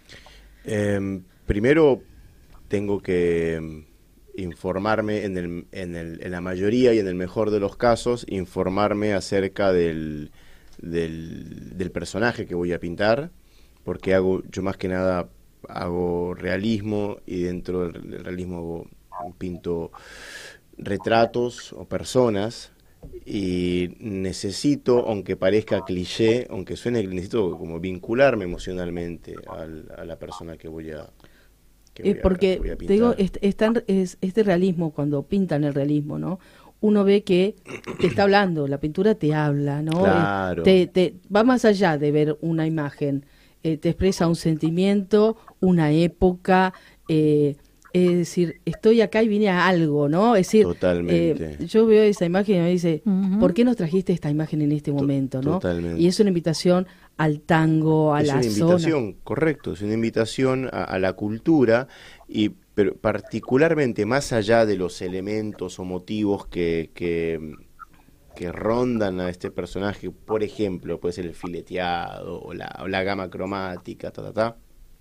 Eh, primero tengo que em, informarme en, el, en, el, en la mayoría y en el mejor de los casos, informarme acerca del, del, del personaje que voy a pintar, porque hago, yo más que nada hago realismo, y dentro del, del realismo hago, pinto retratos o personas, y necesito, aunque parezca cliché, aunque suene, necesito como vincularme emocionalmente al, a la persona que voy a que voy Eh, a- porque que voy a te digo, pintar. es, es tan- es- este realismo, cuando pintan el realismo, ¿no? Uno ve que te está hablando, la pintura te habla, ¿no? Claro. Eh, Te, te va más allá de ver una imagen, eh, te expresa un sentimiento, una época, eh, es decir, estoy acá y vine a algo, ¿no? Es decir, Totalmente. eh, yo veo esa imagen y me dice, Ujú. ¿por qué nos trajiste esta imagen en este momento, no? totalmente. Y es una invitación al tango, a Es la una zona. invitación, correcto, es una invitación a, a la cultura, y pero particularmente más allá de los elementos o motivos que, que, que rondan a este personaje, por ejemplo, puede ser el fileteado o la, o la gama cromática, ta, ta, ta.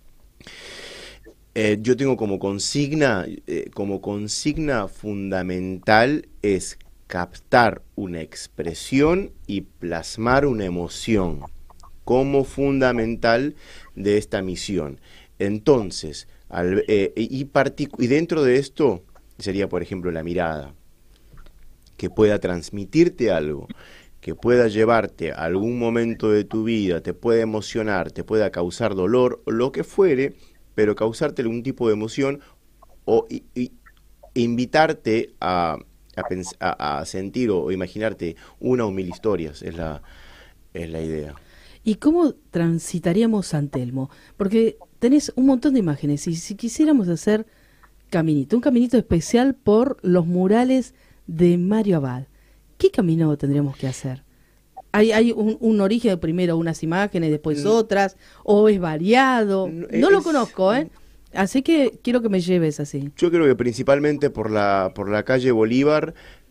Eh, yo tengo como consigna, eh, como consigna fundamental es captar una expresión y plasmar una emoción. como fundamental de esta misión. Entonces, al, eh, y, particu- y dentro de esto sería, por ejemplo, la mirada, que pueda transmitirte algo, que pueda llevarte a algún momento de tu vida, te pueda emocionar, te pueda causar dolor, lo que fuere, pero causarte algún tipo de emoción o y, y, invitarte a, a, pens- a, a sentir o imaginarte una o mil historias, es la, es la idea. ¿Y cómo transitaríamos San Telmo? Porque tenés un montón de imágenes y si quisiéramos hacer caminito, un caminito especial por los murales de Mario Abad, ¿qué camino tendríamos que hacer? ¿Hay, hay un, un origen, primero unas imágenes, después No. otras, o es variado? No, No, lo es- conozco, ¿eh? Así que quiero que me lleves así. Yo creo que principalmente por la por la calle Bolívar,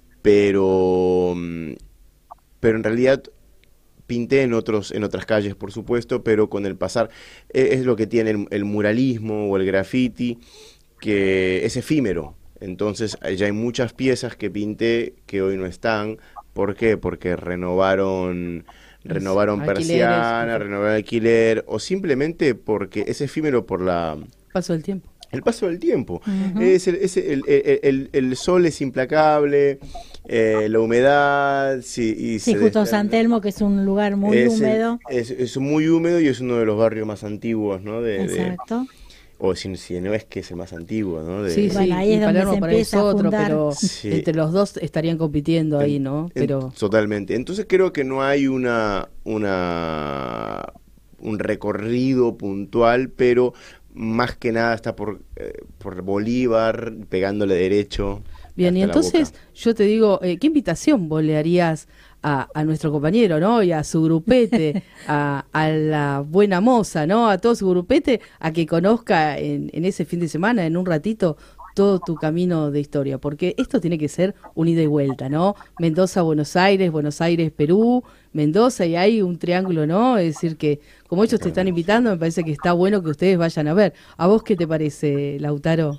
pero mm, pero en realidad pinté en otros en otras calles, por supuesto, pero con el pasar eh, es lo que tiene el, el muralismo o el graffiti, que es efímero. Entonces ya hay muchas piezas que pinté que hoy no están. ¿Por qué? Porque renovaron renovaron alquileres, persiana, perfecto. renovaron alquiler, o simplemente porque es efímero por la Paso del tiempo. el paso del tiempo. Ujú. es el, es el, el, el- el sol es implacable, eh, la humedad, sí, y Sí, se justo desprende- San Telmo, que es un lugar muy es el- húmedo. es, es muy húmedo y es uno de los barrios más antiguos, ¿no? De, de- Exacto. o si, si no es que es el más antiguo, ¿no? De- Sí, Bueno, sí, ahí y es donde Palermo se por ahí es empieza a otro, fundar. pero Sí. entre los dos estarían compitiendo ahí, ¿no? En- Pero totalmente. Entonces creo que no hay una una un recorrido puntual, pero más que nada está por eh, por Bolívar, pegándole derecho. bien, y hasta la entonces boca. yo te digo, eh, ¿qué invitación vos le harías a, a nuestro compañero, ¿no? Y a su grupete, a, a la buena moza, ¿no? A todo su grupete, a que conozca en, en ese fin de semana, en un ratito, todo tu camino de historia, porque esto tiene que ser un ida y vuelta, ¿no? Mendoza, Buenos Aires, Buenos Aires, Perú, Mendoza, y hay un triángulo, ¿no? Es decir, que como ellos te están invitando, me parece que está bueno que ustedes vayan a ver. ¿A vos qué te parece, Lautaro?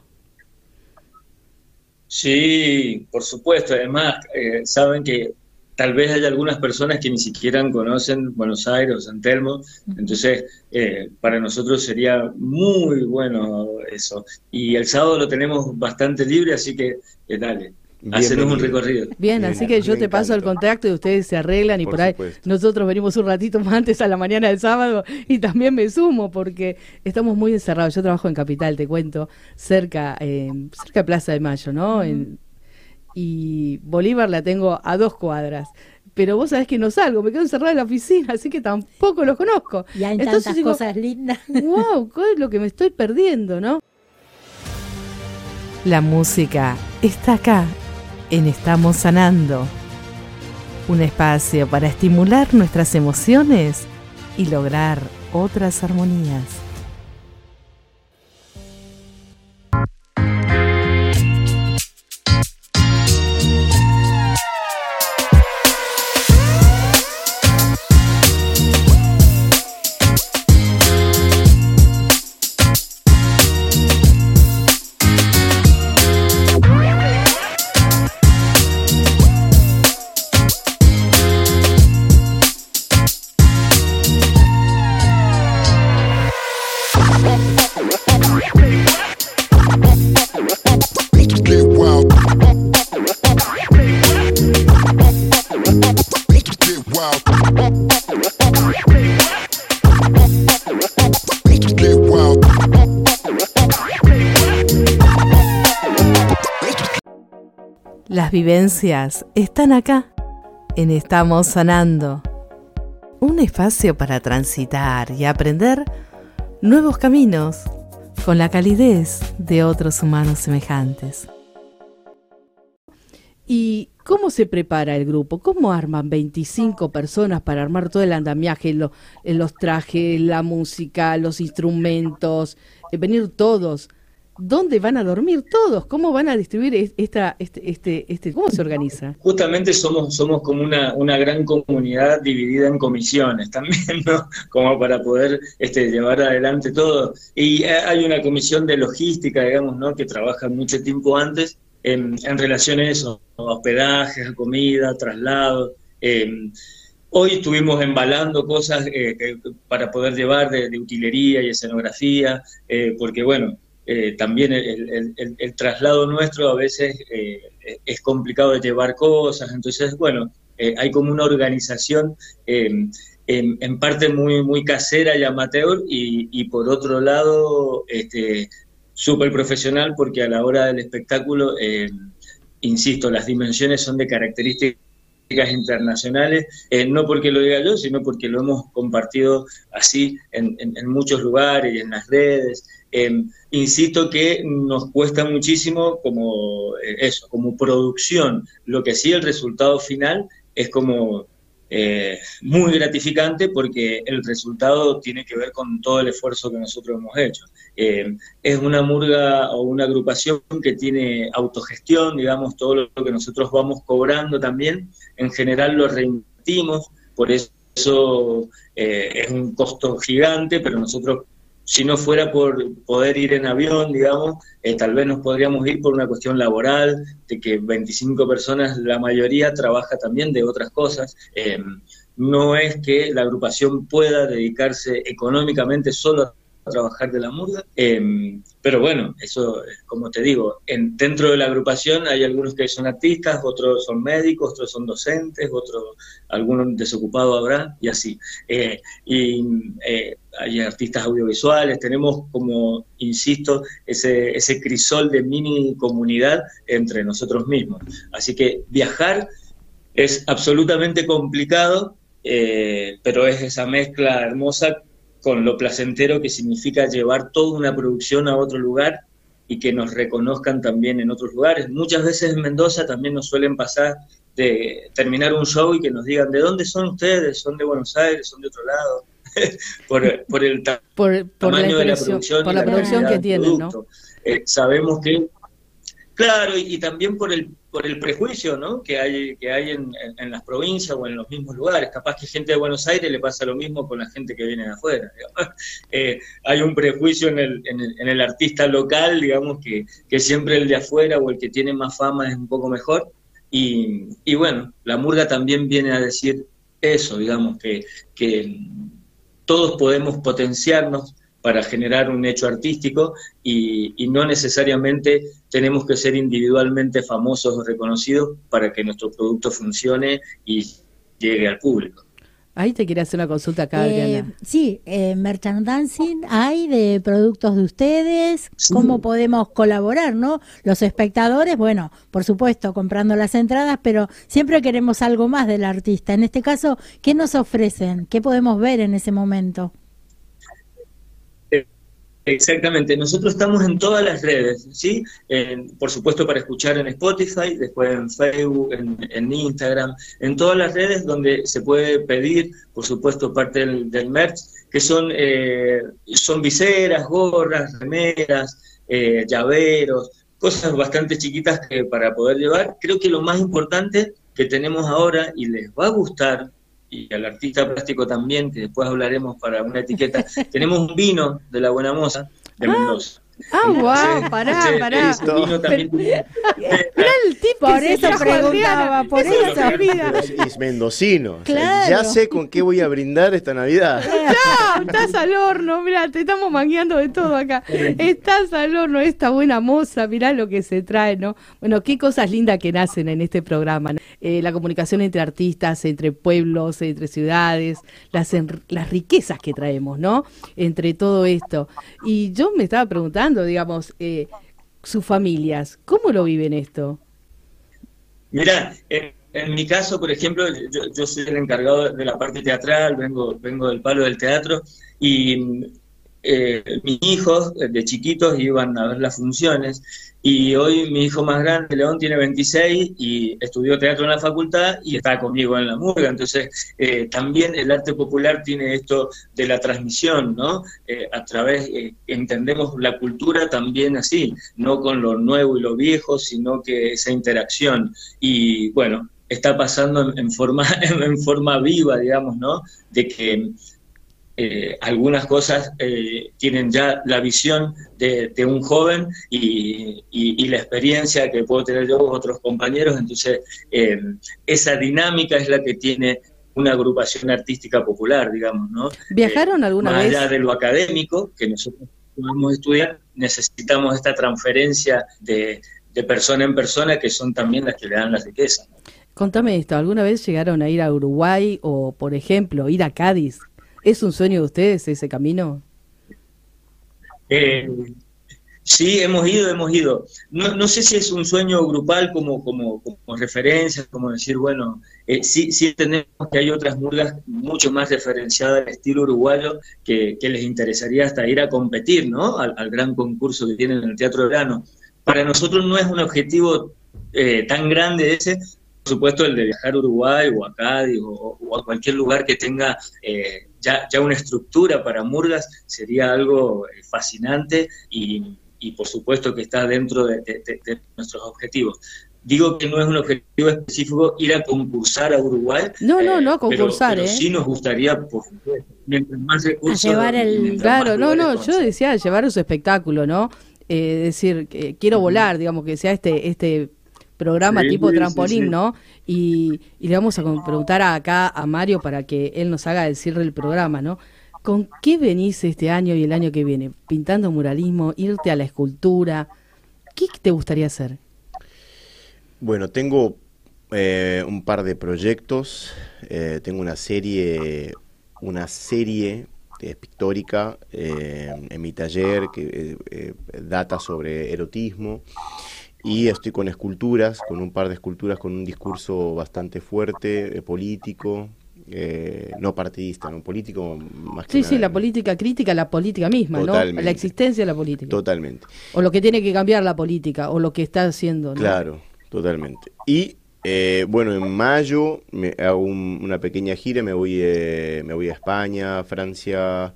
Sí, por supuesto. Además, eh, saben que tal vez haya algunas personas que ni siquiera conocen Buenos Aires o San Telmo, entonces eh, para nosotros sería muy bueno eso. Y el sábado lo tenemos bastante libre, así que eh, dale, hacenos un Bienvenido. recorrido. Bien, Bien, así que yo me te paso el encanta. contacto y ustedes se arreglan y por, Por ahí supuesto. nosotros venimos un ratito más antes a la mañana del sábado y también me sumo porque estamos muy encerrados. Yo trabajo en Capital, te cuento, cerca eh, cerca de Plaza de Mayo, ¿no? En- y Bolívar la tengo a dos cuadras. Pero vos sabés que no salgo, me quedo encerrada en la oficina, así que tampoco los conozco. Y hay Entonces tantas digo, cosas lindas. wow, ¿qué es lo que me estoy perdiendo, no? La música está acá, en Estamos Sanando. Un espacio para estimular nuestras emociones y lograr otras armonías. Las vivencias están acá, en Estamos Sanando. Un espacio para transitar y aprender nuevos caminos con la calidez de otros humanos semejantes. ¿Y cómo se prepara el grupo? ¿Cómo arman veinticinco personas para armar todo el andamiaje, lo- eh, los trajes, la música, los instrumentos, eh, venir todos? ¿Dónde van a dormir todos? ¿Cómo van a distribuir es- esta, este, este, este, cómo se organiza? Justamente somos, somos como una, una gran comunidad dividida en comisiones también, ¿no? Como para poder este, llevar adelante todo. Y eh, hay una comisión de logística, digamos, ¿no? Que trabaja mucho tiempo antes en, en relación a eso, a hospedajes, a comida, traslado. Eh, hoy estuvimos embalando cosas eh, eh, para poder llevar de, de utilería y escenografía, eh, porque bueno, eh, también el, el, el, el traslado nuestro a veces eh, es complicado de llevar cosas, entonces bueno, eh, hay como una organización eh, en, en parte muy, muy casera y amateur, y, y por otro lado este, súper profesional, porque a la hora del espectáculo, eh, insisto, las dimensiones son de características internacionales, eh, no porque lo diga yo, sino porque lo hemos compartido así en, en, en muchos lugares y en las redes. Eh, insisto que nos cuesta muchísimo como eh, eso, como producción, lo que sí el resultado final es como eh, muy gratificante, porque el resultado tiene que ver con todo el esfuerzo que nosotros hemos hecho. Eh, es una murga o una agrupación que tiene autogestión, digamos, todo lo que nosotros vamos cobrando también, en general lo reinvertimos, por eso eh, es un costo gigante, pero nosotros, si no fuera por poder ir en avión, digamos, eh, tal vez nos podríamos ir por una cuestión laboral, de que veinticinco personas, la mayoría trabaja también de otras cosas. Eh, no es que la agrupación pueda dedicarse económicamente solo a trabajar de la murga, eh, pero bueno, eso, como te digo, en, dentro de la agrupación hay algunos que son artistas, otros son médicos, otros son docentes, otros, algunos desocupados habrá, y así. Eh, y eh, hay artistas audiovisuales, tenemos como, insisto, ese, ese crisol de mini comunidad entre nosotros mismos. Así que viajar es absolutamente complicado, eh, pero es esa mezcla hermosa con lo placentero que significa llevar toda una producción a otro lugar y que nos reconozcan también en otros lugares. Muchas veces en Mendoza también nos suelen pasar de terminar un show y que nos digan, ¿de dónde son ustedes? ¿Son de Buenos Aires? ¿Son de otro lado? por, por el ta por, por tamaño la de la producción, por la, la producción que tienen, ¿no? Eh, sabemos que, claro, y, y también por el por el prejuicio, ¿no?, que hay que hay en, en, en las provincias o en los mismos lugares. Capaz que gente de Buenos Aires le pasa lo mismo con la gente que viene de afuera. Eh, hay un prejuicio en el, en, el, en el artista local, digamos, que, que siempre el de afuera o el que tiene más fama es un poco mejor. Y, y bueno, la murga también viene a decir eso, digamos, que, que todos podemos potenciarnos para generar un hecho artístico y, y no necesariamente tenemos que ser individualmente famosos o reconocidos para que nuestro producto funcione y llegue al público. Ahí te quería hacer una consulta acá, eh, Adriana. Sí, eh, merchandising hay de productos de ustedes, ¿cómo podemos colaborar, no? Los espectadores, bueno, por supuesto, comprando las entradas, pero siempre queremos algo más del artista. En este caso, ¿qué nos ofrecen? ¿Qué podemos ver en ese momento? Exactamente, nosotros estamos en todas las redes, ¿sí? En, por supuesto para escuchar en Spotify, después en Facebook, en, en Instagram, en todas las redes donde se puede pedir, por supuesto, parte del, del merch, que son, eh, son viseras, gorras, remeras, eh, llaveros, cosas bastante chiquitas que para poder llevar. Creo que lo más importante que tenemos ahora, y les va a gustar, y al artista plástico también, que después hablaremos para una etiqueta, tenemos un vino de La Buena Moza, de Mendoza. Ah, guau, wow, pará, ese, pará. Ese vino también tiene... Mirá el tipo, por eso preguntaba, por eso. Es, es mendocino. Claro. O sea, ya sé con qué voy a brindar esta Navidad. Ya, estás al horno, mirá, te estamos mangueando de todo acá. Estás al horno, esta Buena Moza, mirá lo que se trae, ¿no? Bueno, qué cosas lindas que nacen en este programa, ¿no? Eh, la comunicación entre artistas, entre pueblos, entre ciudades, las, las riquezas que traemos, ¿no? Entre todo esto. Y yo me estaba preguntando, digamos, eh, sus familias, ¿cómo lo viven esto? Mirá, en, en mi caso, por ejemplo, yo, yo soy el encargado de la parte teatral, vengo, vengo del palo del teatro, y eh, mis hijos de chiquitos iban a ver las funciones, y hoy mi hijo más grande, León, tiene veintiséis y estudió teatro en la facultad y está conmigo en la murga. Entonces, eh, también el arte popular tiene esto de la transmisión, ¿no? Eh, a través, eh, entendemos la cultura también así, no con lo nuevo y lo viejo, sino que esa interacción. Y bueno, está pasando en, en forma en forma viva, digamos, ¿no? De que Eh, algunas cosas eh, tienen ya la visión de, de un joven y, y, y la experiencia que puedo tener yo, otros compañeros. Entonces, eh, esa dinámica es la que tiene una agrupación artística popular, digamos, ¿no? ¿Viajaron Eh, alguna más vez? allá de lo académico, que nosotros podemos estudiar, necesitamos esta transferencia de, de persona en persona, que son también las que le dan la riqueza, ¿no? Contame esto, ¿alguna vez llegaron a ir a Uruguay o, por ejemplo, ir a Cádiz? ¿Es un sueño de ustedes ese camino? Eh, sí, hemos ido, hemos ido. No, no sé si es un sueño grupal como, como, como referencia, como decir, bueno, eh, sí, sí entendemos que hay otras murgas mucho más referenciadas al estilo uruguayo que, que les interesaría hasta ir a competir, ¿no? Al, al gran concurso que tienen en el Teatro de Verano. Para nosotros no es un objetivo eh, tan grande ese, por supuesto el de viajar a Uruguay o a Cádiz o, o a cualquier lugar que tenga eh, ya, ya una estructura para murgas, sería algo eh, fascinante y, y por supuesto que está dentro de, de, de, de nuestros objetivos. Digo que no es un objetivo específico ir a concursar a Uruguay. No, no, no, eh, concursar, pero, pero ¿eh? sí nos gustaría, por supuesto, mientras más recursos... A llevar el- mientras Claro, más no, lugares no, yo conocemos. decía llevar su espectáculo, ¿no? Eh, decir, que quiero volar, digamos, que sea este este programa Sí, tipo sí, trampolín, sí, sí. ¿no? Y, y le vamos a con- preguntar acá a Mario para que él nos haga el cierre del programa, ¿no? ¿Con qué venís este año y el año que viene? ¿Pintando muralismo? ¿Irte a la escultura? ¿Qué te gustaría hacer? Bueno, tengo eh, un par de proyectos. Eh, tengo una serie, una serie eh, pictórica eh, en mi taller que eh, eh, data sobre erotismo. Y estoy con esculturas, con un par de esculturas con un discurso bastante fuerte, eh, político, eh, no partidista, no político más que Sí, nada. sí, la política crítica, la política misma, ¿no? Totalmente. La existencia de la política. Totalmente. O lo que tiene que cambiar la política, o lo que está haciendo, ¿no? Claro, totalmente. Y eh, bueno, en mayo me hago un- una pequeña gira, me voy, eh, me voy a España, Francia,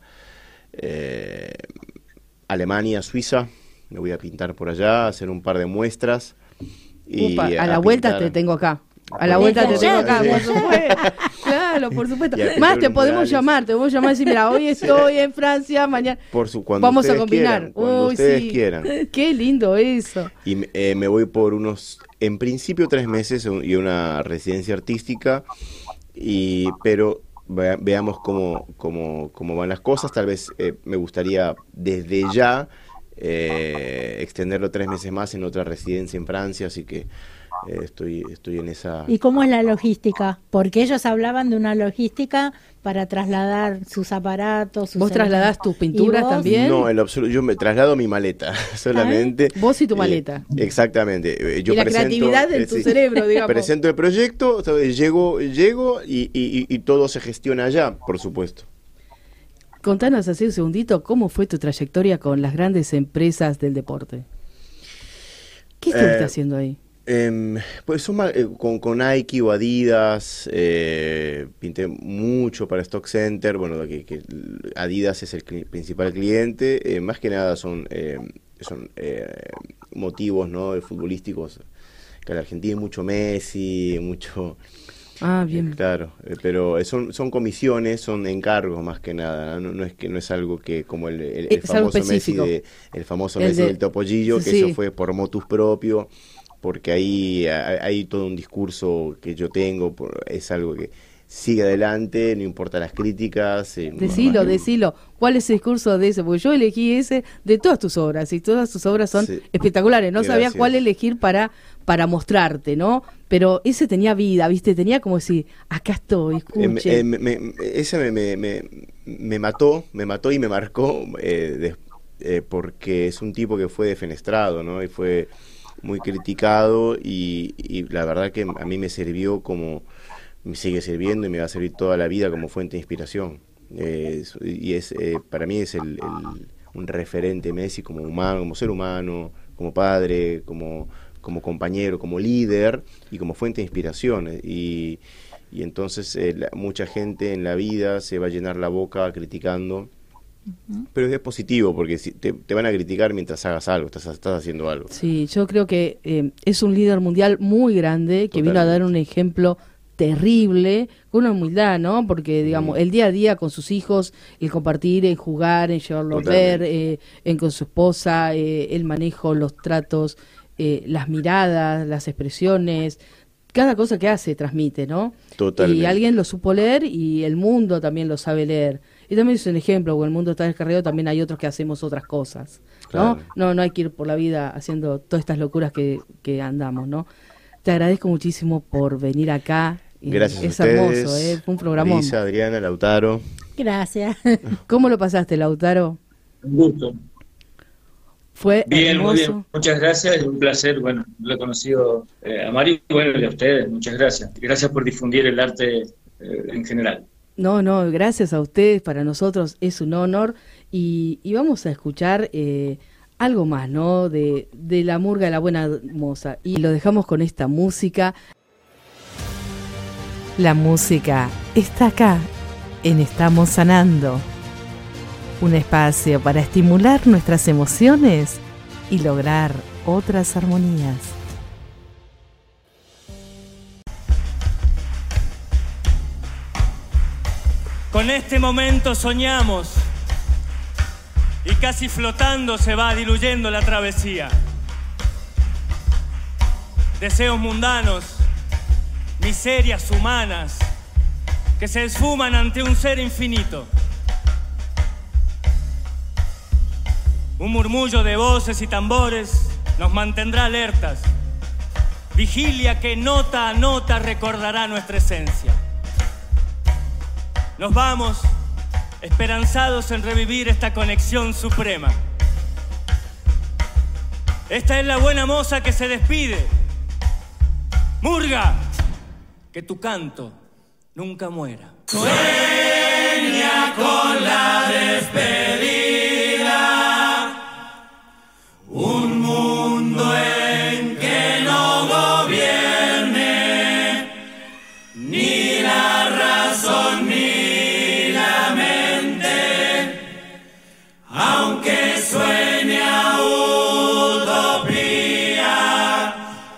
eh, Alemania, Suiza. Me voy a pintar por allá, hacer un par de muestras. Y Upa, a la vuelta pintar. te tengo acá. A la Desde vuelta te tengo allá, acá, desde por supuesto. Claro, por supuesto. Y a pintar Más te los podemos murales. llamar, te podemos llamar y decir, mira, hoy estoy en Francia, mañana Por su, cuando vamos a ustedes combinar. quieran, cuando Uy, ustedes sí. quieran. Qué lindo eso. Y me- eh, me voy por unos, en principio tres meses un- y una residencia artística, y pero vea- veamos cómo, cómo, cómo van las cosas. Tal vez eh, me gustaría desde ya eh, extenderlo tres meses más en otra residencia en Francia, así que eh, estoy, estoy en esa... ¿Y cómo es la logística? Porque ellos hablaban de una logística para trasladar sus aparatos. Sus ¿Vos trasladás tus pinturas ¿Y vos? también? No, en lo absoluto, yo me traslado mi maleta solamente. Vos y tu Eh, maleta. exactamente. Eh, Yo Y la presento, creatividad en eh, tu sí. cerebro, digamos. Presento el proyecto, ¿sabes? llego, llego y, y- y todo se gestiona allá, por supuesto. Contanos así un segundito, ¿cómo fue tu trayectoria con las grandes empresas del deporte? ¿Qué estuviste Eh, haciendo ahí? Em, pues son ma- eh, con, con Nike o Adidas, eh, pinté mucho para Stock Center, bueno, que, que Adidas es el cli- principal cliente, eh, más que nada son, eh, son eh, motivos, ¿no? futbolísticos, que en la Argentina hay mucho Messi, mucho... Ah, eh, bien. claro, eh, pero eh, son, son comisiones, son encargos más que nada, no, no es que no es algo que como el, el- el Es algo famoso Messi específico. de, el famoso El Messi de- del Topollillo, que sí. eso fue por motus propio, porque ahí hay, hay todo un discurso que yo tengo, por- es algo que sigue adelante, no importa las críticas. eh, Decilo, más que- decilo. ¿Cuál es el discurso de ese? Porque yo elegí ese de todas tus obras y todas tus obras son Sí. espectaculares. No sabía Gracias. cuál elegir para, para mostrarte, ¿no? Pero ese tenía vida, ¿viste? Tenía como si, acá estoy, Em, escuche. em, me- ese me, me, me, me mató, me mató y me marcó eh, des- eh, porque es un tipo que fue defenestrado, ¿no? Y fue muy criticado y, y la verdad que a mí me sirvió como, me sigue sirviendo y me va a servir toda la vida como fuente de inspiración. Eh, es- y es eh, para mí es el, el- un referente Messi como humano, como ser humano, como padre, como como compañero, como líder y como fuente de inspiración. eh, Y, y entonces eh, la- mucha gente en la vida se va a llenar la boca criticando, pero es positivo porque si te, te van a criticar mientras hagas algo, estás, estás haciendo algo. Sí, yo creo que eh, es un líder mundial muy grande que vino a dar un ejemplo terrible, con una humildad, ¿no? Porque, digamos, el día a día con sus hijos, el compartir, el jugar, el llevarlo a ver, eh, en con su esposa, eh, el manejo, los tratos, eh, las miradas, las expresiones, cada cosa que hace transmite, ¿no? Totalmente. Y alguien lo supo leer y el mundo también lo sabe leer. Y también es un ejemplo, o el mundo está descarriado, también hay otros que hacemos otras cosas, ¿no? Claro. No, no hay que ir por la vida haciendo todas estas locuras que, que andamos, ¿no? Te agradezco muchísimo por venir acá. Gracias es a ustedes. hermoso, ¿eh? Fue un programa. Marisa, Adriana, Lautaro. Gracias. ¿Cómo lo pasaste, Lautaro? Un gusto. Fue Bien, hermoso. muy bien. Muchas gracias. Es un placer. Bueno, lo he conocido eh, a Mario y bueno, y a ustedes. Muchas gracias. Gracias por difundir el arte eh, en general. No, no, gracias a ustedes. Para nosotros es un honor. Y, y vamos a escuchar eh, algo más, ¿no? De, de la murga de la buena moza. Y lo dejamos con esta música. La música está acá, en Estamos Sanando. Un espacio para estimular nuestras emociones y lograr otras armonías. Con este momento soñamos y casi flotando se va diluyendo la travesía. Deseos mundanos, miserias humanas que se esfuman ante un ser infinito. Un murmullo de voces y tambores nos mantendrá alertas. Vigilia que nota a nota recordará nuestra esencia. Nos vamos esperanzados en revivir esta conexión suprema. Esta es la buena moza que se despide. Murga, que tu canto nunca muera. Sueña con la despedida. Un mundo en que no gobierne ni la razón ni la mente, aunque sueñe a utopía,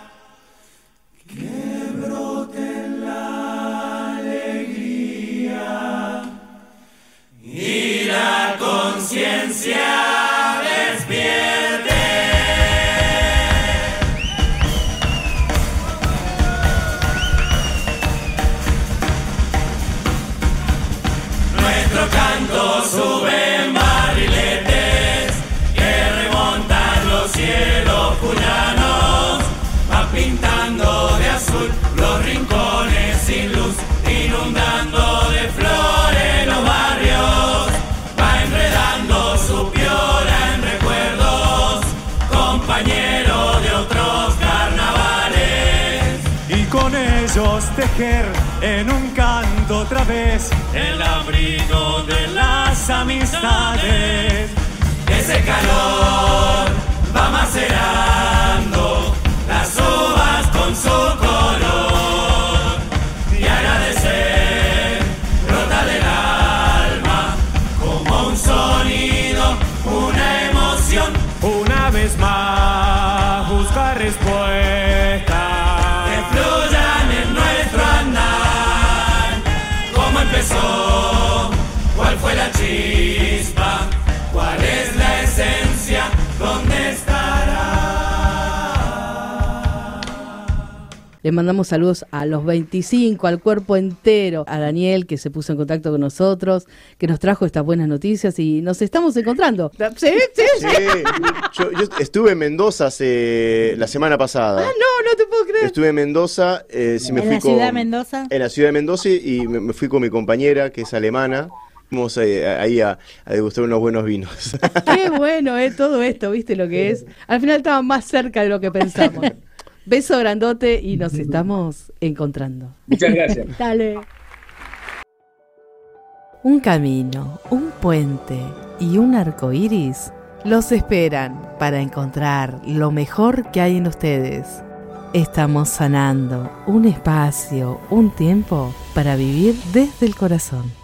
que brote la alegría y la conciencia despierte. Nuestro canto sube en barriletes que remontan los cielos cuyanos, va pintando de azul los rincones sin luz, inundando de flores los barrios, va enredando su piola en recuerdos, compañero de otros carnavales, Y con ellos tejer en un canto otra vez el abrigo de las amistades. ese calor va macerando las uvas con su color y agradecer brota del alma como un sonido, una emoción. Una vez más busca respuesta. Que fluyan en nuestro andar. ¿Cómo empezó? ¿Cuál fue la chispa? ¿Cuál es la esencia? ¿Dónde estará? Le mandamos saludos a los veinticinco, al cuerpo entero, a Daniel que se puso en contacto con nosotros, que nos trajo estas buenas noticias y nos estamos encontrando. Sí, sí, sí. Sí, yo, yo estuve en Mendoza hace, la semana pasada. Ah, no, no te puedo creer. Estuve en Mendoza. Eh, sí me ¿En fui la con- ciudad de Mendoza? En la ciudad de Mendoza y me, me fui con mi compañera, que es alemana. Fuimos eh, ahí a, a degustar unos buenos vinos. Qué bueno, eh, todo esto, ¿viste lo que es? Al final estaba más cerca de lo que pensamos. Beso grandote y nos estamos encontrando. Muchas gracias. Dale. Un camino, un puente y un arco iris los esperan para encontrar lo mejor que hay en ustedes. Estamos sanando un espacio, un tiempo para vivir desde el corazón.